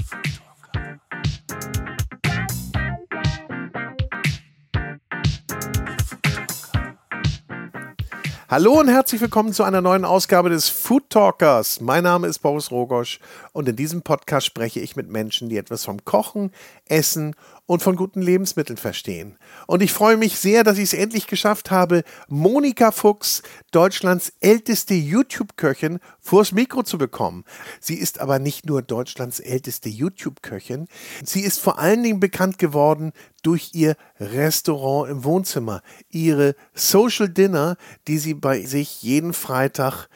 Hallo und herzlich willkommen zu einer neuen Ausgabe des Food Talkers. Mein Name ist Boris Rogosch und in diesem Podcast spreche ich mit Menschen, die etwas vom Kochen, Essen und von guten Lebensmitteln verstehen. Und ich freue mich sehr, dass ich es endlich geschafft habe, Monika Fuchs, Deutschlands älteste YouTube-Köchin, vors Mikro zu bekommen. Sie ist aber nicht nur Deutschlands älteste YouTube-Köchin, sie ist vor allen Dingen bekannt geworden durch ihr Restaurant im Wohnzimmer, ihre Social Dinner, die sie bei sich jeden Freitag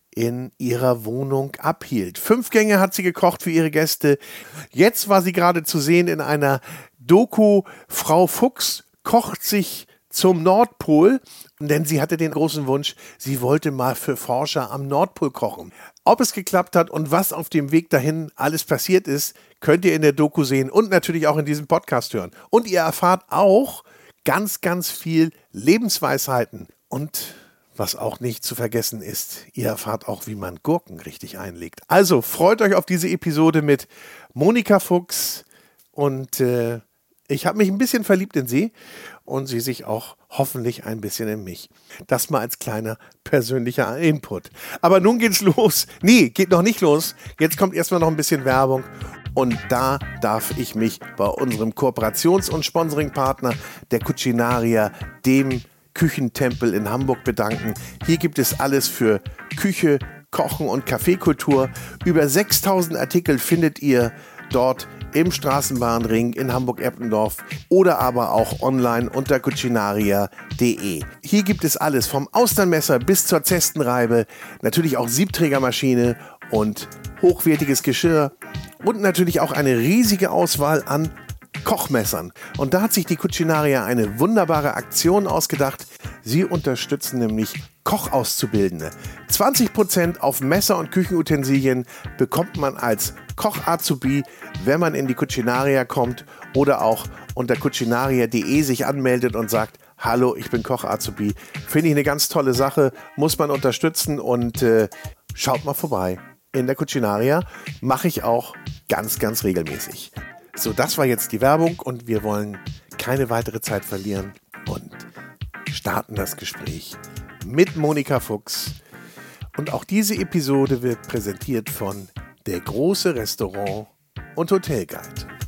in ihrer Wohnung abhielt. 5 Gänge hat sie gekocht für ihre Gäste. Jetzt war sie gerade zu sehen in einer Doku, Frau Fuchs kocht sich zum Nordpol, denn sie hatte den großen Wunsch, sie wollte mal für Forscher am Nordpol kochen. Ob es geklappt hat und was auf dem Weg dahin alles passiert ist, könnt ihr in der Doku sehen und natürlich auch in diesem Podcast hören. Und ihr erfahrt auch ganz, ganz viel Lebensweisheiten. Und was auch nicht zu vergessen ist, ihr erfahrt auch, wie man Gurken richtig einlegt. Also freut euch auf diese Episode mit Monika Fuchs und ich habe mich ein bisschen verliebt in sie und sie sich auch hoffentlich ein bisschen in mich. Das mal als kleiner persönlicher Input. Aber nun geht's los. Nee, geht noch nicht los. Jetzt kommt erstmal noch ein bisschen Werbung. Und da darf ich mich bei unserem Kooperations- und Sponsoringpartner der Cucinaria, dem Küchentempel in Hamburg, bedanken. Hier gibt es alles für Küche, Kochen und Kaffeekultur. Über 6000 Artikel findet ihr dort im Straßenbahnring in Hamburg-Eppendorf oder aber auch online unter cucinaria.de. Hier gibt es alles vom Austernmesser bis zur Zestenreibe, natürlich auch Siebträgermaschine und hochwertiges Geschirr und natürlich auch eine riesige Auswahl an Kochmessern. Und da hat sich die Cucinaria eine wunderbare Aktion ausgedacht. Sie unterstützen nämlich Kochauszubildende. 20% auf Messer und Küchenutensilien bekommt man als Koch-Azubi, wenn man in die Cucinaria kommt oder auch unter cucinaria.de sich anmeldet und sagt, hallo, ich bin Koch-Azubi. Finde ich eine ganz tolle Sache, muss man unterstützen und schaut mal vorbei. In der Cucinaria mache ich auch ganz, ganz regelmäßig. So, das war jetzt die Werbung und wir wollen keine weitere Zeit verlieren und starten das Gespräch mit Monika Fuchs. Und auch diese Episode wird präsentiert von Der große Restaurant und Hotelguide.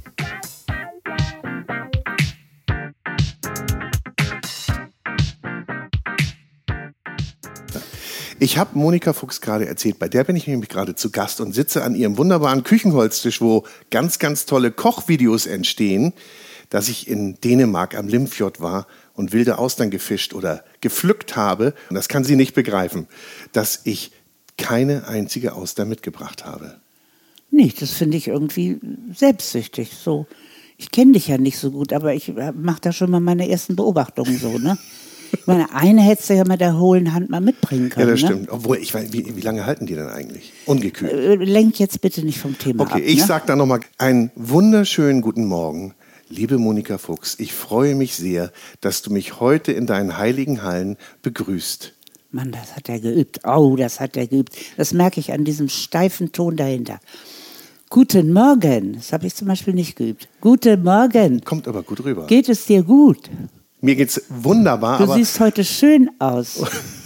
Ich habe Monika Fuchs gerade erzählt, bei der bin ich nämlich gerade zu Gast und sitze an ihrem wunderbaren Küchenholztisch, wo ganz, ganz tolle Kochvideos entstehen, dass ich in Dänemark am Limfjord war und wilde Austern gefischt oder gepflückt habe. Und das kann sie nicht begreifen, dass ich keine einzige Auster mitgebracht habe. Nee, das finde ich irgendwie selbstsüchtig. So, ich kenne dich ja nicht so gut, aber ich mache da schon mal meine ersten Beobachtungen so, ne? Ich meine, eine hättest du ja mit der hohlen Hand mal mitbringen können. Ja, das ne? stimmt. Obwohl, ich weiß, wie lange halten die denn eigentlich? Ungekühlt. Lenk jetzt bitte nicht vom Thema ab. Okay, ich sag da nochmal einen wunderschönen guten Morgen. Liebe Monika Fuchs, ich freue mich sehr, dass du mich heute in deinen heiligen Hallen begrüßt. Mann, das hat er geübt. Oh, das hat er geübt. Das merke ich an diesem steifen Ton dahinter. Guten Morgen. Das habe ich zum Beispiel nicht geübt. Guten Morgen. Kommt aber gut rüber. Geht es dir gut? Mir geht's wunderbar. Du siehst heute schön aus.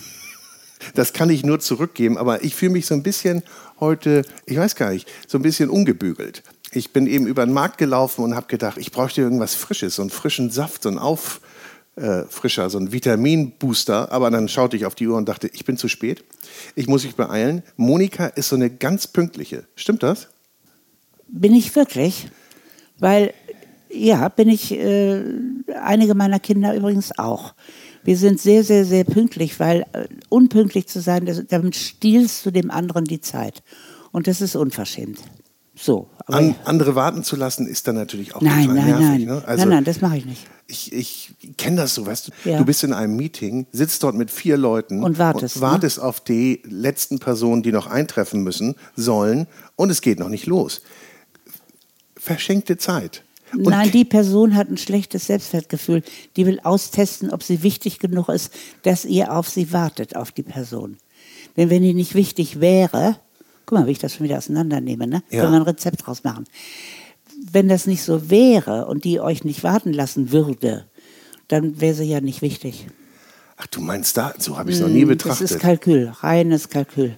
Das kann ich nur zurückgeben, aber ich fühle mich so ein bisschen heute, ich weiß gar nicht, so ein bisschen ungebügelt. Ich bin eben über den Markt gelaufen und habe gedacht, ich bräuchte irgendwas Frisches, so einen frischen Saft, so einen Auffrischer, so einen Vitaminbooster. Aber dann schaute ich auf die Uhr und dachte, ich bin zu spät. Ich muss mich beeilen. Monika ist so eine ganz pünktliche. Stimmt das? Bin ich wirklich? Weil, ja, bin ich, einige meiner Kinder übrigens auch. Wir sind sehr, sehr, sehr pünktlich, weil unpünktlich zu sein, damit stiehlst du dem anderen die Zeit. Und das ist unverschämt. So. Andere warten zu lassen, ist dann natürlich auch nein, total nervig. Ne? Also, nein, das mache ich nicht. Ich kenne das so, weißt du, Ja. Du bist in einem Meeting, sitzt dort mit 4 Leuten und wartest auf die letzten Personen, die noch eintreffen sollen und es geht noch nicht los. Verschenkte Zeit. Und Nein, die Person hat ein schlechtes Selbstwertgefühl. Die will austesten, ob sie wichtig genug ist, dass ihr auf sie wartet, auf die Person. Denn wenn die nicht wichtig wäre, Guck mal, wie ich das schon wieder auseinandernehme, ne? Ja. Können wir ein Rezept draus machen. Wenn das nicht so wäre und die euch nicht warten lassen würde, dann wäre sie ja nicht wichtig. Ach, du meinst da, so habe ich es noch nie betrachtet. Das ist Kalkül, reines Kalkül.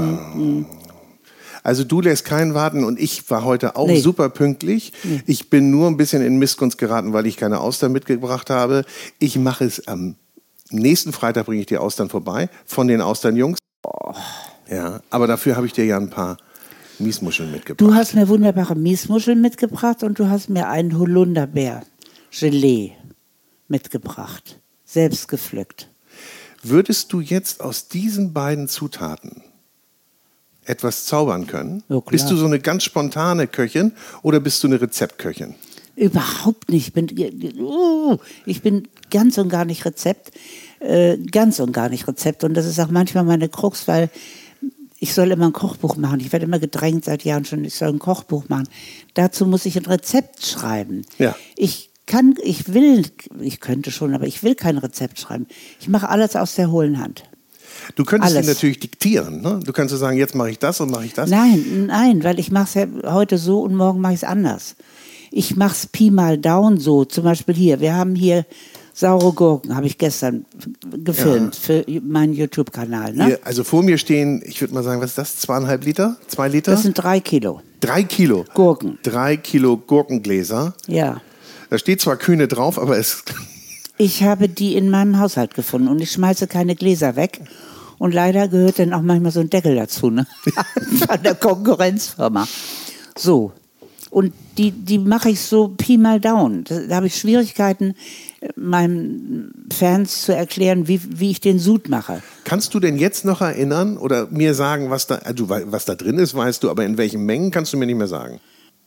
Also du lässt keinen warten und ich war heute auch Nee. super pünktlich. Nee. Ich bin nur ein bisschen in Missgunst geraten, weil ich keine Austern mitgebracht habe. Ich mache es am nächsten Freitag, bringe ich die Austern vorbei von den Austernjungs. Ja, aber dafür habe ich dir ja ein paar Miesmuscheln mitgebracht. Du hast mir wunderbare Miesmuscheln mitgebracht und du hast mir einen Holunderbeer-Gelee mitgebracht. Selbst gepflückt. Würdest du jetzt aus diesen beiden Zutaten etwas zaubern können? Ja, klar. Bist du so eine ganz spontane Köchin oder bist du eine Rezeptköchin? Überhaupt nicht. Ich bin ganz und gar nicht Rezept. Ganz und gar nicht Rezept. Und das ist auch manchmal meine Krux, weil ich soll immer ein Kochbuch machen. Ich werde immer gedrängt seit Jahren schon, ich soll ein Kochbuch machen. Dazu muss ich ein Rezept schreiben. Ja. Ich könnte schon, aber ich will kein Rezept schreiben. Ich mache alles aus der hohlen Hand. Du könntest Alles. sie natürlich diktieren. Ne? Du kannst sagen, jetzt mache ich das und mache ich das. Nein, weil ich mache es ja heute so und morgen mache ich es anders. Ich mache es Pi mal Down so. Zum Beispiel hier, wir haben hier saure Gurken, habe ich gestern gefilmt für meinen YouTube-Kanal. Ne? Hier, also vor mir stehen, ich würde mal sagen, was ist das? 2,5 Liter? 2 Liter? Das sind 3 Kilo 3 Kilo. Gurken. 3 Kilo Gurkengläser. Ja. Da steht zwar Kühne drauf, aber es... Ich habe die in meinem Haushalt gefunden und ich schmeiße keine Gläser weg. Und leider gehört dann auch manchmal so ein Deckel dazu, ne? Von der Konkurrenzfirma. So. Und die mache ich so Pi mal Down. Da habe ich Schwierigkeiten, meinen Fans zu erklären, wie ich den Sud mache. Kannst du denn jetzt noch erinnern oder mir sagen, was da drin ist, weißt du, aber in welchen Mengen kannst du mir nicht mehr sagen?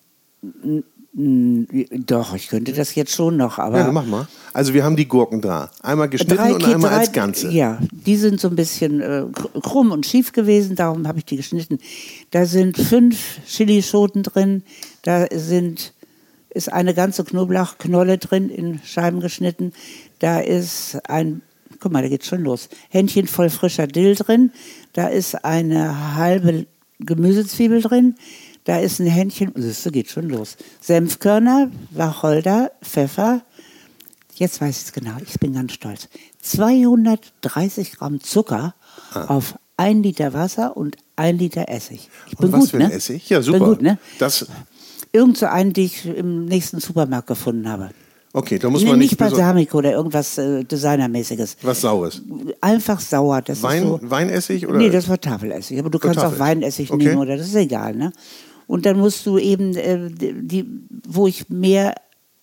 Doch, ich könnte das jetzt schon noch, aber... Ja, dann mach mal. Also wir haben die Gurken da. Einmal geschnitten und einmal als Ganze. Ja, die sind so ein bisschen krumm und schief gewesen, darum habe ich die geschnitten. Da sind 5 Chilischoten drin, da ist eine ganze Knoblauchknolle drin, in Scheiben geschnitten. Da ist guck mal, da geht's schon los, Händchen voll frischer Dill drin. Da ist eine halbe Gemüsezwiebel drin. Da ist ein Händchen, das geht schon los. Senfkörner, Wacholder, Pfeffer. Jetzt weiß ich es genau, ich bin ganz stolz. 230 Gramm Zucker auf 1 Liter Wasser und 1 Liter Essig. Ich bin und was gut, für ne? ein Essig? Ja, super. Bin gut, ne? Irgend so einen, die ich im nächsten Supermarkt gefunden habe. Okay, da muss man nicht Balsamico oder irgendwas Designermäßiges. Was Saures? Einfach sauer. Das ist so, Weinessig? Oder? Nee, das war Tafelessig. Aber du kannst auch Weinessig nehmen oder das ist egal. Ne? Und dann musst du eben, wo ich mehr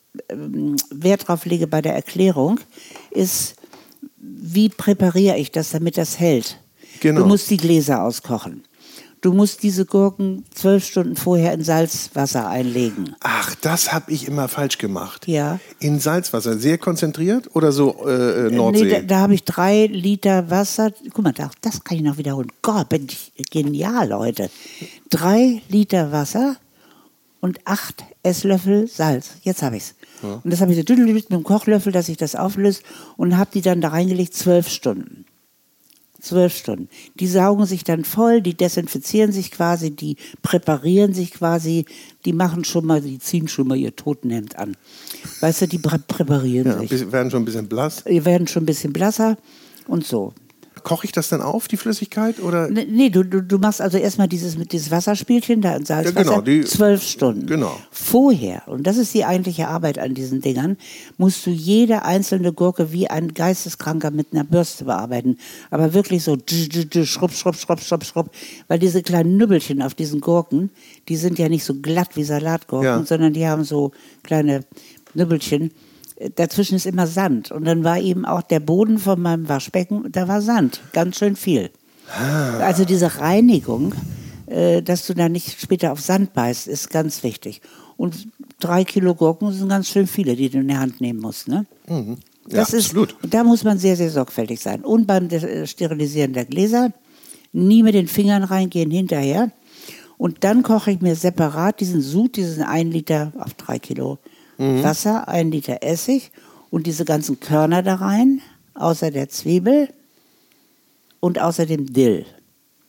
Wert drauf lege bei der Erklärung, ist, wie präpariere ich das, damit das hält. Genau. Du musst die Gläser auskochen. Du musst diese Gurken 12 Stunden vorher in Salzwasser einlegen. Ach, das habe ich immer falsch gemacht. Ja. In Salzwasser, sehr konzentriert oder so Nordsee? Nee, da habe ich 3 Liter Wasser. Guck mal, das kann ich noch wiederholen. Gott, bin ich genial, Leute. 3 Liter Wasser und 8 Esslöffel Salz. Jetzt habe ich es. Ja. Und das habe ich so mit dem Kochlöffel, dass sich das auflöst und habe die dann da reingelegt 12 Stunden. 12 Stunden. Die saugen sich dann voll, die desinfizieren sich quasi, die präparieren sich quasi, die ziehen schon mal ihr Totenhemd an. Weißt du, die präparieren sich. Werden schon ein bisschen blass? Die werden schon ein bisschen blasser und so. Koche ich das dann auf, die Flüssigkeit? Oder? Nee, du machst also erstmal dieses Wasserspielchen da in Salzwasser, ja, genau, 12 Stunden. Genau. Vorher, und das ist die eigentliche Arbeit an diesen Dingern, musst du jede einzelne Gurke wie ein Geisteskranker mit einer Bürste bearbeiten. Aber wirklich so schrupp, schrupp, schrupp, schrupp, schrupp. Weil diese kleinen Nübbelchen auf diesen Gurken, die sind ja nicht so glatt wie Salatgurken, sondern die haben so kleine Nübbelchen. Dazwischen ist immer Sand. Und dann war eben auch der Boden von meinem Waschbecken, da war Sand, ganz schön viel. Also diese Reinigung, dass du da nicht später auf Sand beißt, ist ganz wichtig. Und 3 Kilo Gurken sind ganz schön viele, die du in der Hand nehmen musst. Ne? Mhm. Ja, das ist, absolut. da muss man sehr, sehr sorgfältig sein. Und beim Sterilisieren der Gläser nie mit den Fingern reingehen hinterher. Und dann koche ich mir separat diesen Sud, diesen 1 Liter auf 3 Kilo Wasser, 1 Liter Essig und diese ganzen Körner da rein, außer der Zwiebel und außer dem Dill.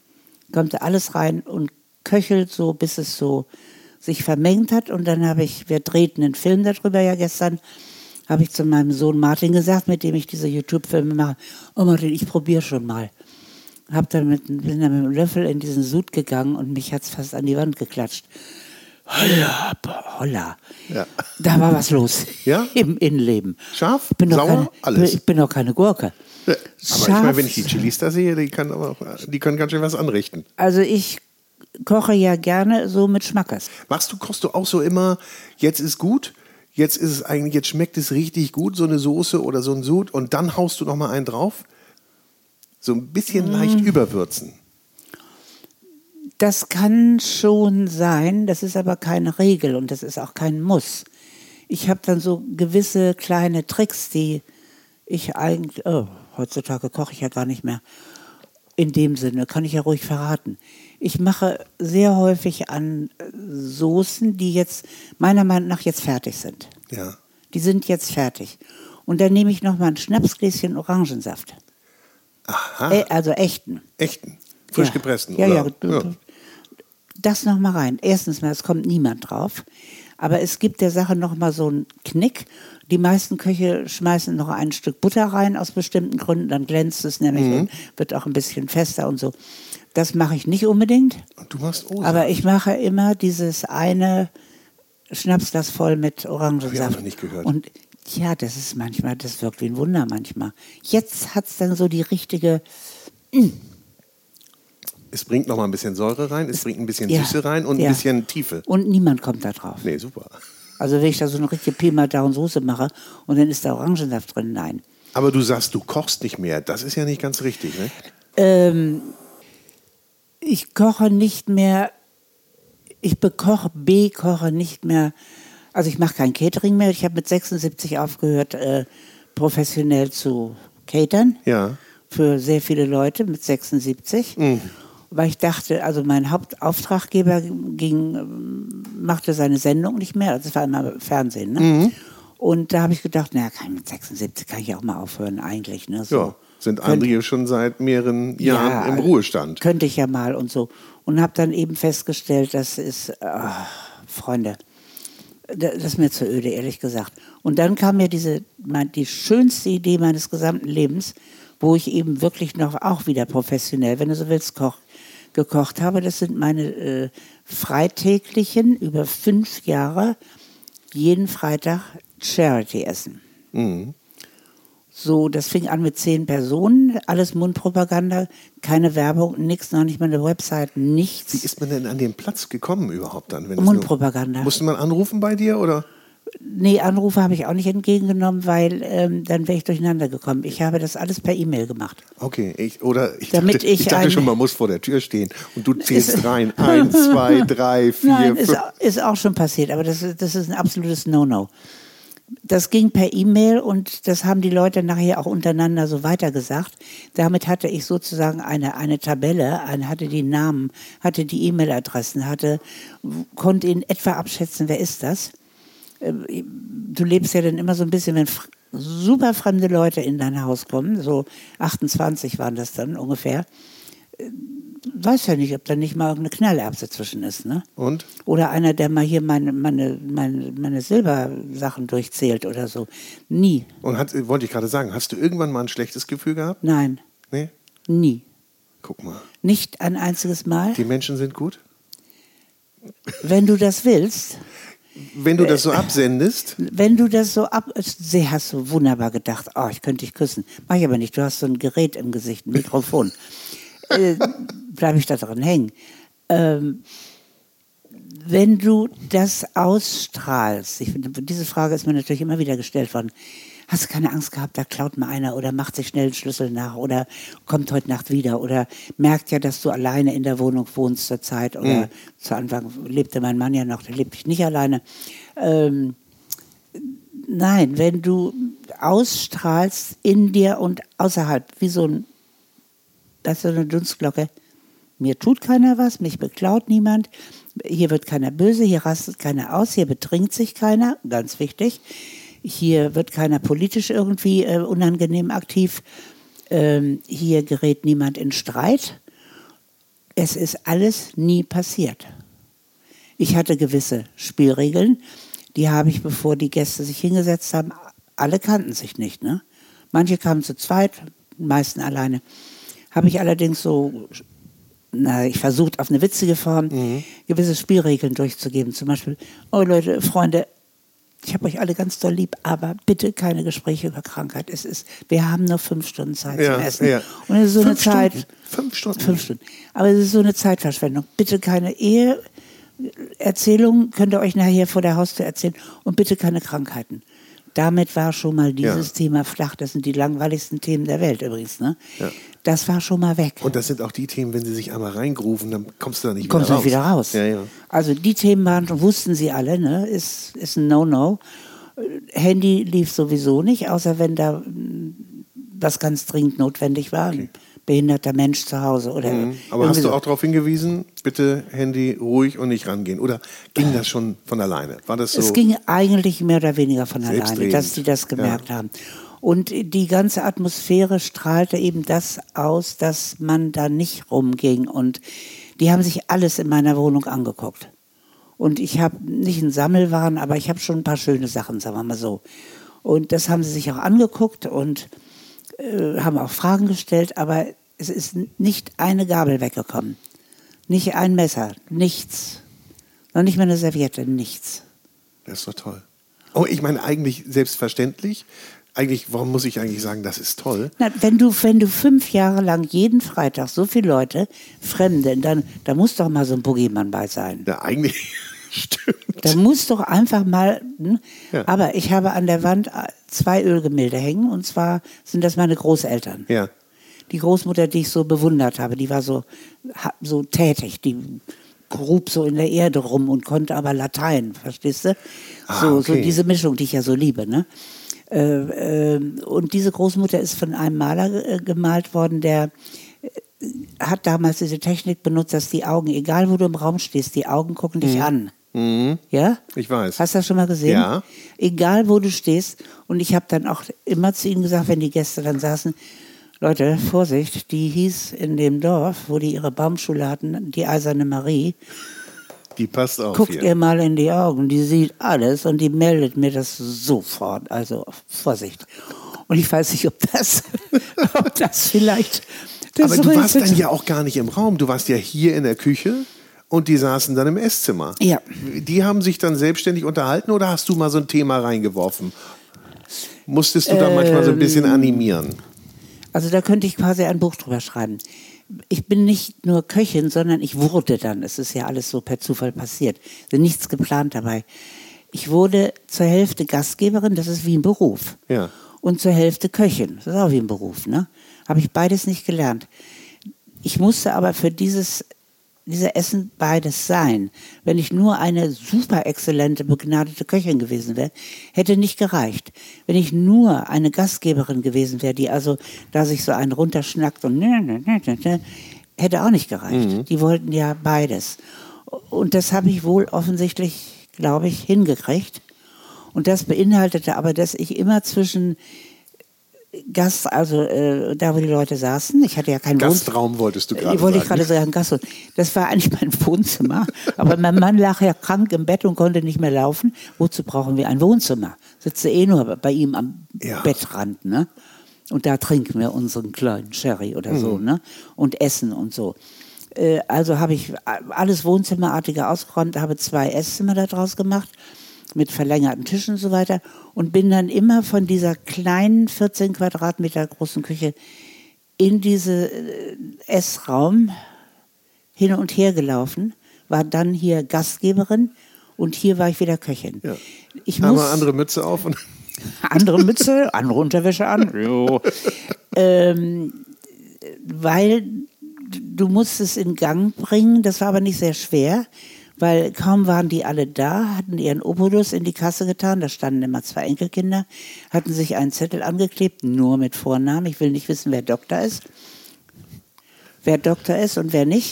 kommt da alles rein und köchelt so, bis es so sich vermengt hat. Und dann wir drehten einen Film darüber ja gestern, habe ich zu meinem Sohn Martin gesagt, mit dem ich diese YouTube-Filme mache, oh Martin, ich probiere schon mal. Bin dann mit einem Löffel in diesen Sud gegangen und mich hat es fast an die Wand geklatscht. Holla. Ja. Da war was los im Innenleben. Scharf, sauer, alles. Ich bin doch keine Gurke. Ja. Aber ich meine, wenn ich die Chilis da sehe, die können ganz schön was anrichten. Also ich koche ja gerne so mit Schmackes. Kochst du auch so immer, jetzt ist gut, jetzt schmeckt es richtig gut, so eine Soße oder so ein Sud, und dann haust du noch mal einen drauf? So ein bisschen leicht überwürzen. Das kann schon sein, das ist aber keine Regel und das ist auch kein Muss. Ich habe dann so gewisse kleine Tricks, die ich eigentlich, heutzutage koche ich ja gar nicht mehr. In dem Sinne, kann ich ja ruhig verraten. Ich mache sehr häufig an Soßen, die jetzt meiner Meinung nach jetzt fertig sind. Ja. Die sind jetzt fertig. Und dann nehme ich noch mal ein Schnapsgläschen Orangensaft. Aha. Also echten. Echten? Frisch gepressten? Ja. Oder? Das noch mal rein. Erstens mal, es kommt niemand drauf. Aber es gibt der Sache noch mal so einen Knick. Die meisten Köche schmeißen noch ein Stück Butter rein, aus bestimmten Gründen. Dann glänzt es nämlich und wird auch ein bisschen fester und so. Das mache ich nicht unbedingt. Und du machst Osa. Aber ich mache immer dieses eine Schnapsglas voll mit Orangensaft. Hab ich auch noch nicht gehört. Und ja, das wirkt wie ein Wunder manchmal. Jetzt hat es dann so die richtige... Es bringt noch mal ein bisschen Säure rein, es bringt ein bisschen Süße rein und ein bisschen Tiefe. Und niemand kommt da drauf. Nee, super. Also wenn ich da so eine richtige Pimenter-und-Soße mache und dann ist da Orangensaft drin, nein. Aber du sagst, du kochst nicht mehr. Das ist ja nicht ganz richtig, ne? Ich koche nicht mehr, bekoche nicht mehr, also ich mache kein Catering mehr. Ich habe mit 76 aufgehört, professionell zu catern. Ja. Für sehr viele Leute mit 76. Weil ich dachte, also mein Hauptauftraggeber machte seine Sendung nicht mehr, also es war immer Fernsehen, ne? Und da habe ich gedacht, naja, mit 76 kann ich auch mal aufhören eigentlich, ne? So. Ja, sind andere schon seit mehreren Jahren im Ruhestand. Könnte ich ja mal und so. Und habe dann eben festgestellt, das ist, Freunde, das ist mir zu öde, ehrlich gesagt. Und dann kam mir die schönste Idee meines gesamten Lebens, wo ich eben wirklich noch auch wieder professionell, wenn du so willst, gekocht habe. Das sind meine freitäglichen, über 5 Jahre, jeden Freitag Charity-Essen. So, das fing an mit 10 Personen, alles Mundpropaganda, keine Werbung, nichts, noch nicht mal eine Website, nichts. Wie ist man denn an den Platz gekommen überhaupt dann? Mundpropaganda. Musste man anrufen bei dir, oder? Nee, Anrufe habe ich auch nicht entgegengenommen, weil dann wäre ich durcheinander gekommen. Ich habe das alles per E-Mail gemacht. Okay, ich dachte schon, man muss vor der Tür stehen und du zählst rein. 1, 2, 3, 4, Nein, 5. Ist auch schon passiert, aber das ist ein absolutes No-No. Das ging per E-Mail und das haben die Leute nachher auch untereinander so weitergesagt. Damit hatte ich sozusagen eine Tabelle, hatte die Namen, hatte die E-Mail-Adressen, konnte in etwa abschätzen, wer ist das. Du lebst ja dann immer so ein bisschen, wenn super fremde Leute in dein Haus kommen, so 28 waren das dann ungefähr, weiß ja nicht, ob da nicht mal irgendeine Knallerbse zwischen ist, ne? Und? Oder einer, der mal hier meine Silbersachen durchzählt oder so. Nie. Und wollte ich gerade sagen, hast du irgendwann mal ein schlechtes Gefühl gehabt? Nein. Nee? Nie. Guck mal. Nicht ein einziges Mal. Die Menschen sind gut? Wenn du das willst. Wenn du das so absendest? Wenn du das so hast du wunderbar gedacht, ich könnte dich küssen. Mach ich aber nicht, du hast so ein Gerät im Gesicht, ein Mikrofon. Bleibe ich da dran hängen. Wenn du das ausstrahlst, diese Frage ist mir natürlich immer wieder gestellt worden, hast du keine Angst gehabt, da klaut mal einer oder macht sich schnell einen Schlüssel nach oder kommt heute Nacht wieder oder merkt ja, dass du alleine in der Wohnung wohnst zur Zeit oder zu Anfang lebte mein Mann ja noch, der lebt nicht alleine. Nein, wenn du ausstrahlst in dir und außerhalb, wie so eine Dunstglocke, mir tut keiner was, mich beklaut niemand, hier wird keiner böse, hier rastet keiner aus, hier betrinkt sich keiner, ganz wichtig. Hier wird keiner politisch irgendwie unangenehm aktiv. Hier gerät niemand in Streit. Es ist alles nie passiert. Ich hatte gewisse Spielregeln, die habe ich, bevor die Gäste sich hingesetzt haben, alle kannten sich nicht, ne? Manche kamen zu zweit, die meisten alleine. Habe ich allerdings ich versucht auf eine witzige Form gewisse Spielregeln durchzugeben. Zum Beispiel, oh Leute, Freunde, ich habe euch alle ganz doll lieb, aber bitte keine Gespräche über Krankheit. Wir haben nur 5 Stunden Zeit zum Essen. Ja. Und es ist so 5 Stunden. 5 Stunden. 5 Stunden. Aber es ist so eine Zeitverschwendung. Bitte keine Eheerzählungen, könnt ihr euch nachher vor der Haustür erzählen. Und bitte keine Krankheiten. Damit war schon mal dieses Thema flach. Das sind die langweiligsten Themen der Welt übrigens. Ne? Ja. Das war schon mal weg. Und das sind auch die Themen, wenn sie sich einmal reingrufen, dann kommst du da nicht wieder raus. Ja, ja. Also die Themen wussten sie alle, ne? Ist ein No-No. Handy lief sowieso nicht, außer wenn da was ganz dringend notwendig war. Okay. Behinderter Mensch zu Hause. Aber hast du auch darauf hingewiesen, bitte Handy ruhig und nicht rangehen? Oder ging das schon von alleine? War das so? Es ging eigentlich mehr oder weniger von alleine, dass die das gemerkt haben. Und die ganze Atmosphäre strahlte eben das aus, dass man da nicht rumging. Und die haben sich alles in meiner Wohnung angeguckt. Und ich habe nicht einen Sammelwahn, aber ich habe schon ein paar schöne Sachen, sagen wir mal so. Und das haben sie sich auch angeguckt und haben auch Fragen gestellt, aber es ist nicht eine Gabel weggekommen. Nicht ein Messer, nichts. Noch nicht mal eine Serviette, nichts. Das ist doch toll. Oh, ich meine eigentlich selbstverständlich. Warum muss ich eigentlich sagen, das ist toll? Na, wenn du 5 Jahre lang jeden Freitag so viele Leute, Fremde, dann da muss doch mal so ein Boogeymann bei sein. Ja, eigentlich stimmt. Da muss doch einfach mal... Ja. Aber ich habe an der Wand 2 Ölgemälde hängen, und zwar sind das meine Großeltern. Ja. Die Großmutter, die ich so bewundert habe, die war so tätig, die grub so in der Erde rum und konnte aber Latein, verstehst du? So diese Mischung, die ich ja so liebe, ne? Und diese Großmutter ist von einem Maler gemalt worden, der hat damals diese Technik benutzt, dass die Augen, egal wo du im Raum stehst, die Augen gucken dich an. Mhm. Ja? Ich weiß. Hast du das schon mal gesehen? Ja. Egal wo du stehst. Und ich habe dann auch immer zu ihnen gesagt, wenn die Gäste dann saßen, Leute, Vorsicht, die hieß in dem Dorf, wo die ihre Baumschule hatten, die Eiserne Marie. Die passt auf. Guckt ihr mal in die Augen, die sieht alles und die meldet mir das sofort. Also Vorsicht. Und ich weiß nicht, ob das vielleicht... Aber du warst dann ja auch gar nicht im Raum. Du warst ja hier in der Küche und die saßen dann im Esszimmer. Ja. Die haben sich dann selbstständig unterhalten oder hast du mal so ein Thema reingeworfen? Musstest du da manchmal so ein bisschen animieren? Also da könnte ich quasi ein Buch drüber schreiben. Ich bin nicht nur Köchin, sondern ich wurde dann. Es ist ja alles so per Zufall passiert. Es ist nichts geplant dabei. Ich wurde zur Hälfte Gastgeberin, das ist wie ein Beruf. Ja. Und zur Hälfte Köchin, das ist auch wie ein Beruf, ne? Habe ich beides nicht gelernt. Ich musste aber für diese Essen beides sein. Wenn ich nur eine super exzellente, begnadete Köchin gewesen wäre, hätte nicht gereicht. Wenn ich nur eine Gastgeberin gewesen wäre, die also da sich so einen runterschnackt und hätte auch nicht gereicht. Mhm. Die wollten ja beides. Und das habe ich wohl offensichtlich, glaube ich, hingekriegt. Und das beinhaltete aber, dass ich immer zwischen Gast, also da, wo die Leute saßen. Ich hatte ja keinen Gastraum, wolltest du gerade sagen. Wollte ich gerade sagen, Gastraum. Das war eigentlich mein Wohnzimmer. Aber mein Mann lag ja krank im Bett und konnte nicht mehr laufen. Wozu brauchen wir ein Wohnzimmer? Sitze nur bei ihm am Bettrand, ne? Und da trinken wir unseren kleinen Sherry oder so, ne? Und essen und so. Also habe ich alles Wohnzimmerartige ausgeräumt, habe 2 Esszimmer da draus gemacht, mit verlängerten Tischen und so weiter, und bin dann immer von dieser kleinen 14 Quadratmeter großen Küche in diese Essraum hin und her gelaufen, war dann hier Gastgeberin und hier war ich wieder Köchin. Ja. Aber andere Mütze auf und andere Mütze, andere Unterwäsche an. Weil du musst es in Gang bringen, das war aber nicht sehr schwer, weil kaum waren die alle da, hatten ihren Obolus in die Kasse getan, da standen immer 2 Enkelkinder, hatten sich einen Zettel angeklebt, nur mit Vornamen, ich will nicht wissen, wer Doktor ist und wer nicht.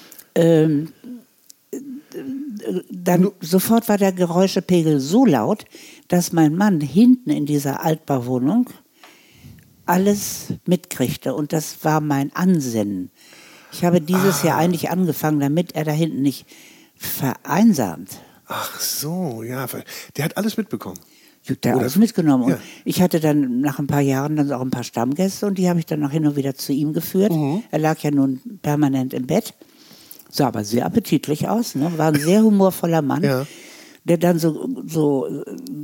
Dann sofort war der Geräuschepegel so laut, dass mein Mann hinten in dieser Altbauwohnung alles mitkriegte und das war mein Ansinnen. Ich habe dieses Jahr eigentlich angefangen, damit er da hinten nicht vereinsamt. Ach so, ja. Der hat alles mitbekommen. Der hat alles mitgenommen. Und ich hatte dann nach ein paar Jahren dann auch ein paar Stammgäste und die habe ich dann noch hin und wieder zu ihm geführt. Er lag ja nun permanent im Bett. Sah aber sehr appetitlich aus, ne? War ein sehr humorvoller Mann, der dann so,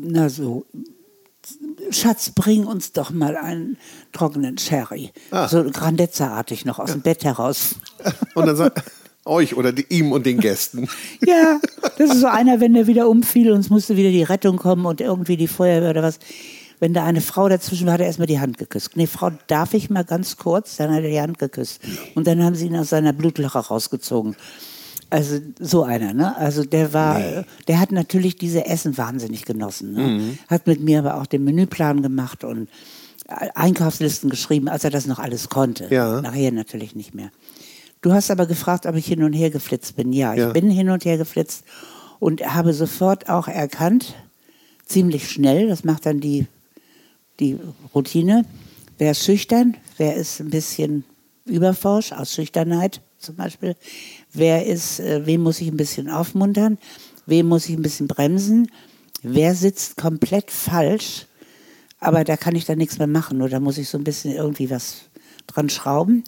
Schatz, bring uns doch mal einen trockenen Sherry. So Grandezza-artig noch aus dem Bett heraus. Und dann sagt euch oder ihm und den Gästen. Ja, das ist so einer, wenn der wieder umfiel und es musste wieder die Rettung kommen und irgendwie die Feuerwehr oder was. Wenn da eine Frau dazwischen war, hat er erstmal die Hand geküsst. Nee, Frau, darf ich mal ganz kurz? Dann hat er die Hand geküsst. Und dann haben sie ihn aus seiner Blutlache rausgezogen. Also so einer, ne? Also der hat natürlich diese Essen wahnsinnig genossen. Ne? Hat mit mir aber auch den Menüplan gemacht und Einkaufslisten geschrieben, als er das noch alles konnte. Ja. Nachher natürlich nicht mehr. Du hast aber gefragt, ob ich hin und her geflitzt bin. Ja, ich bin hin und her geflitzt und habe sofort auch erkannt, ziemlich schnell, das macht dann die Routine, wer ist schüchtern, wer ist ein bisschen überforsch, aus Schüchternheit zum Beispiel, wem muss ich ein bisschen aufmuntern, wem muss ich ein bisschen bremsen, wer sitzt komplett falsch, aber da kann ich dann nichts mehr machen oder muss ich so ein bisschen irgendwie was dran schrauben.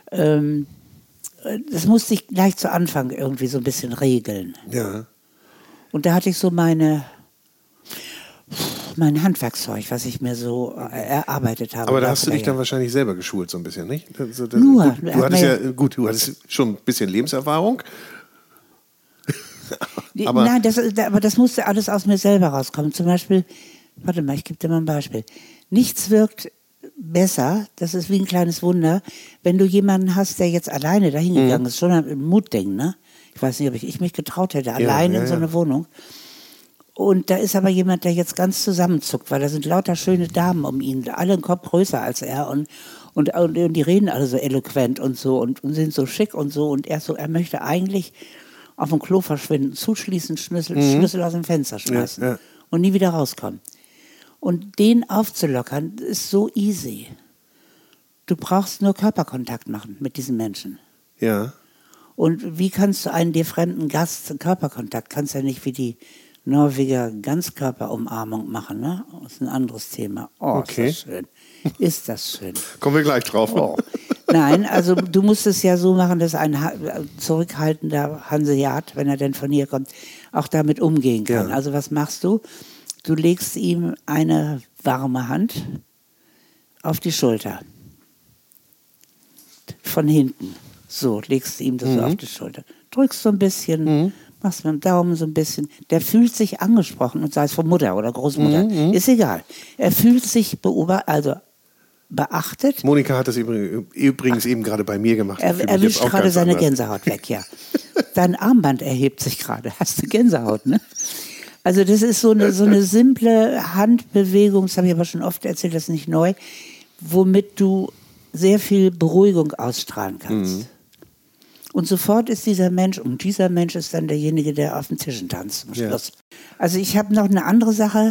Das musste ich gleich zu Anfang irgendwie so ein bisschen regeln. Ja. Und da hatte ich so mein Handwerkszeug, was ich mir so erarbeitet habe. Aber da hast du dich dann wahrscheinlich selber geschult, so ein bisschen, nicht? Nur. Du hattest schon ein bisschen Lebenserfahrung. Nein, aber das musste alles aus mir selber rauskommen. Zum Beispiel, warte mal, ich gebe dir mal ein Beispiel. Nichts wirkt besser, das ist wie ein kleines Wunder, wenn du jemanden hast, der jetzt alleine dahin gegangen ist, schon ein Mutding, ne? Ich weiß nicht, ob ich mich getraut hätte, allein in so eine Wohnung. Und da ist aber jemand, der jetzt ganz zusammenzuckt, weil da sind lauter schöne Damen um ihn, alle einen Kopf größer als er und die reden alle so eloquent und so und sind so schick und so und er möchte eigentlich auf dem Klo verschwinden, zuschließen, Schlüssel aus dem Fenster schmeißen und nie wieder rauskommen. Und den aufzulockern, ist so easy. Du brauchst nur Körperkontakt machen mit diesen Menschen. Ja. Und wie kannst du einen dir fremden Gast Körperkontakt? Kannst ja nicht wie die Norweger Ganzkörperumarmung machen, ne? Das ist ein anderes Thema. Oh, okay. Ist das schön. Ist das schön. Kommen wir gleich drauf. Oh. Nein, also du musst es ja so machen, dass ein zurückhaltender Hanseat, wenn er denn von hier kommt, auch damit umgehen kann. Ja. Also was machst du? Du legst ihm eine warme Hand auf die Schulter. Von hinten. So, legst du ihm das so auf die Schulter. Drückst so ein bisschen, machst mit dem Daumen so ein bisschen. Der fühlt sich angesprochen, und sei es von Mutter oder Großmutter. Ist egal. Er fühlt sich beachtet. Monika hat das übrigens eben gerade bei mir gemacht. Er wischt gerade seine Gänsehaut weg, ja. Dein Armband erhebt sich gerade. Hast du Gänsehaut, ne? Also das ist so eine simple Handbewegung, das habe ich aber schon oft erzählt, das ist nicht neu, womit du sehr viel Beruhigung ausstrahlen kannst. Und sofort ist dieser Mensch ist dann derjenige, der auf den Tischen tanzt zum Schluss. Ja. Also ich habe noch eine andere Sache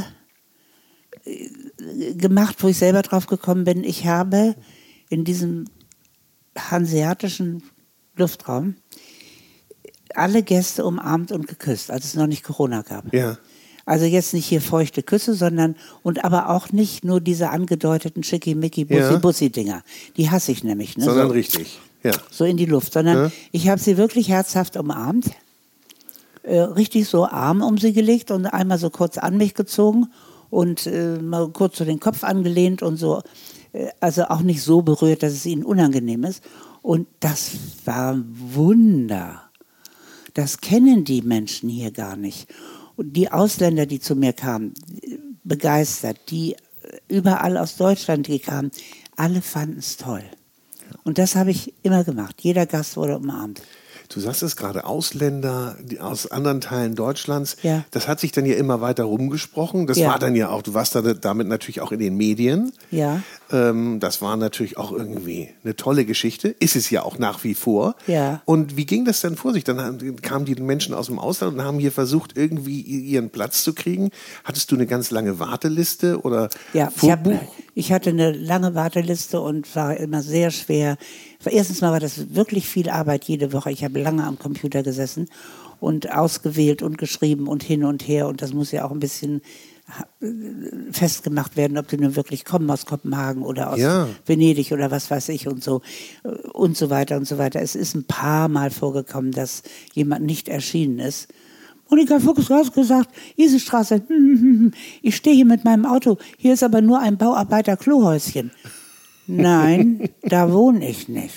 gemacht, wo ich selber drauf gekommen bin. Ich habe in diesem hanseatischen Luftraum alle Gäste umarmt und geküsst, als es noch nicht Corona gab. Ja. Also jetzt nicht hier feuchte Küsse, aber auch nicht nur diese angedeuteten Schickimicki-Bussi-Bussi-Dinger. Die hasse ich nämlich. Ne? Sondern so, richtig, ja. So in die Luft. Sondern ich habe sie wirklich herzhaft umarmt, richtig so Arm um sie gelegt und einmal so kurz an mich gezogen und mal kurz so den Kopf angelehnt und so. Also auch nicht so berührt, dass es ihnen unangenehm ist. Und das war ein Wunder. Das kennen die Menschen hier gar nicht. Und die Ausländer, die zu mir kamen, begeistert, die überall aus Deutschland kamen, alle fanden es toll. Und das habe ich immer gemacht. Jeder Gast wurde umarmt. Du sagst es gerade, Ausländer aus anderen Teilen Deutschlands, ja. Das hat sich dann ja immer weiter rumgesprochen. Das war dann ja auch, du warst damit natürlich auch in den Medien. Ja. Das war natürlich auch irgendwie eine tolle Geschichte. Ist es ja auch nach wie vor. Ja. Und wie ging das denn vor sich? Dann kamen die Menschen aus dem Ausland und haben hier versucht, irgendwie ihren Platz zu kriegen. Hattest du eine ganz lange Warteliste oder ja, Ich hatte eine lange Warteliste und war immer sehr schwer. Erstens mal war das wirklich viel Arbeit jede Woche. Ich habe lange am Computer gesessen und ausgewählt und geschrieben und hin und her. Und das muss ja auch ein bisschen festgemacht werden, ob du nun wirklich kommst aus Kopenhagen oder aus Venedig oder was weiß ich und so weiter und so weiter. Es ist ein paar Mal vorgekommen, dass jemand nicht erschienen ist. Monika Fuchs, du hast gesagt, Isestraße, ich stehe hier mit meinem Auto, hier ist aber nur ein Bauarbeiter-Klohäuschen. Nein, da wohne ich nicht.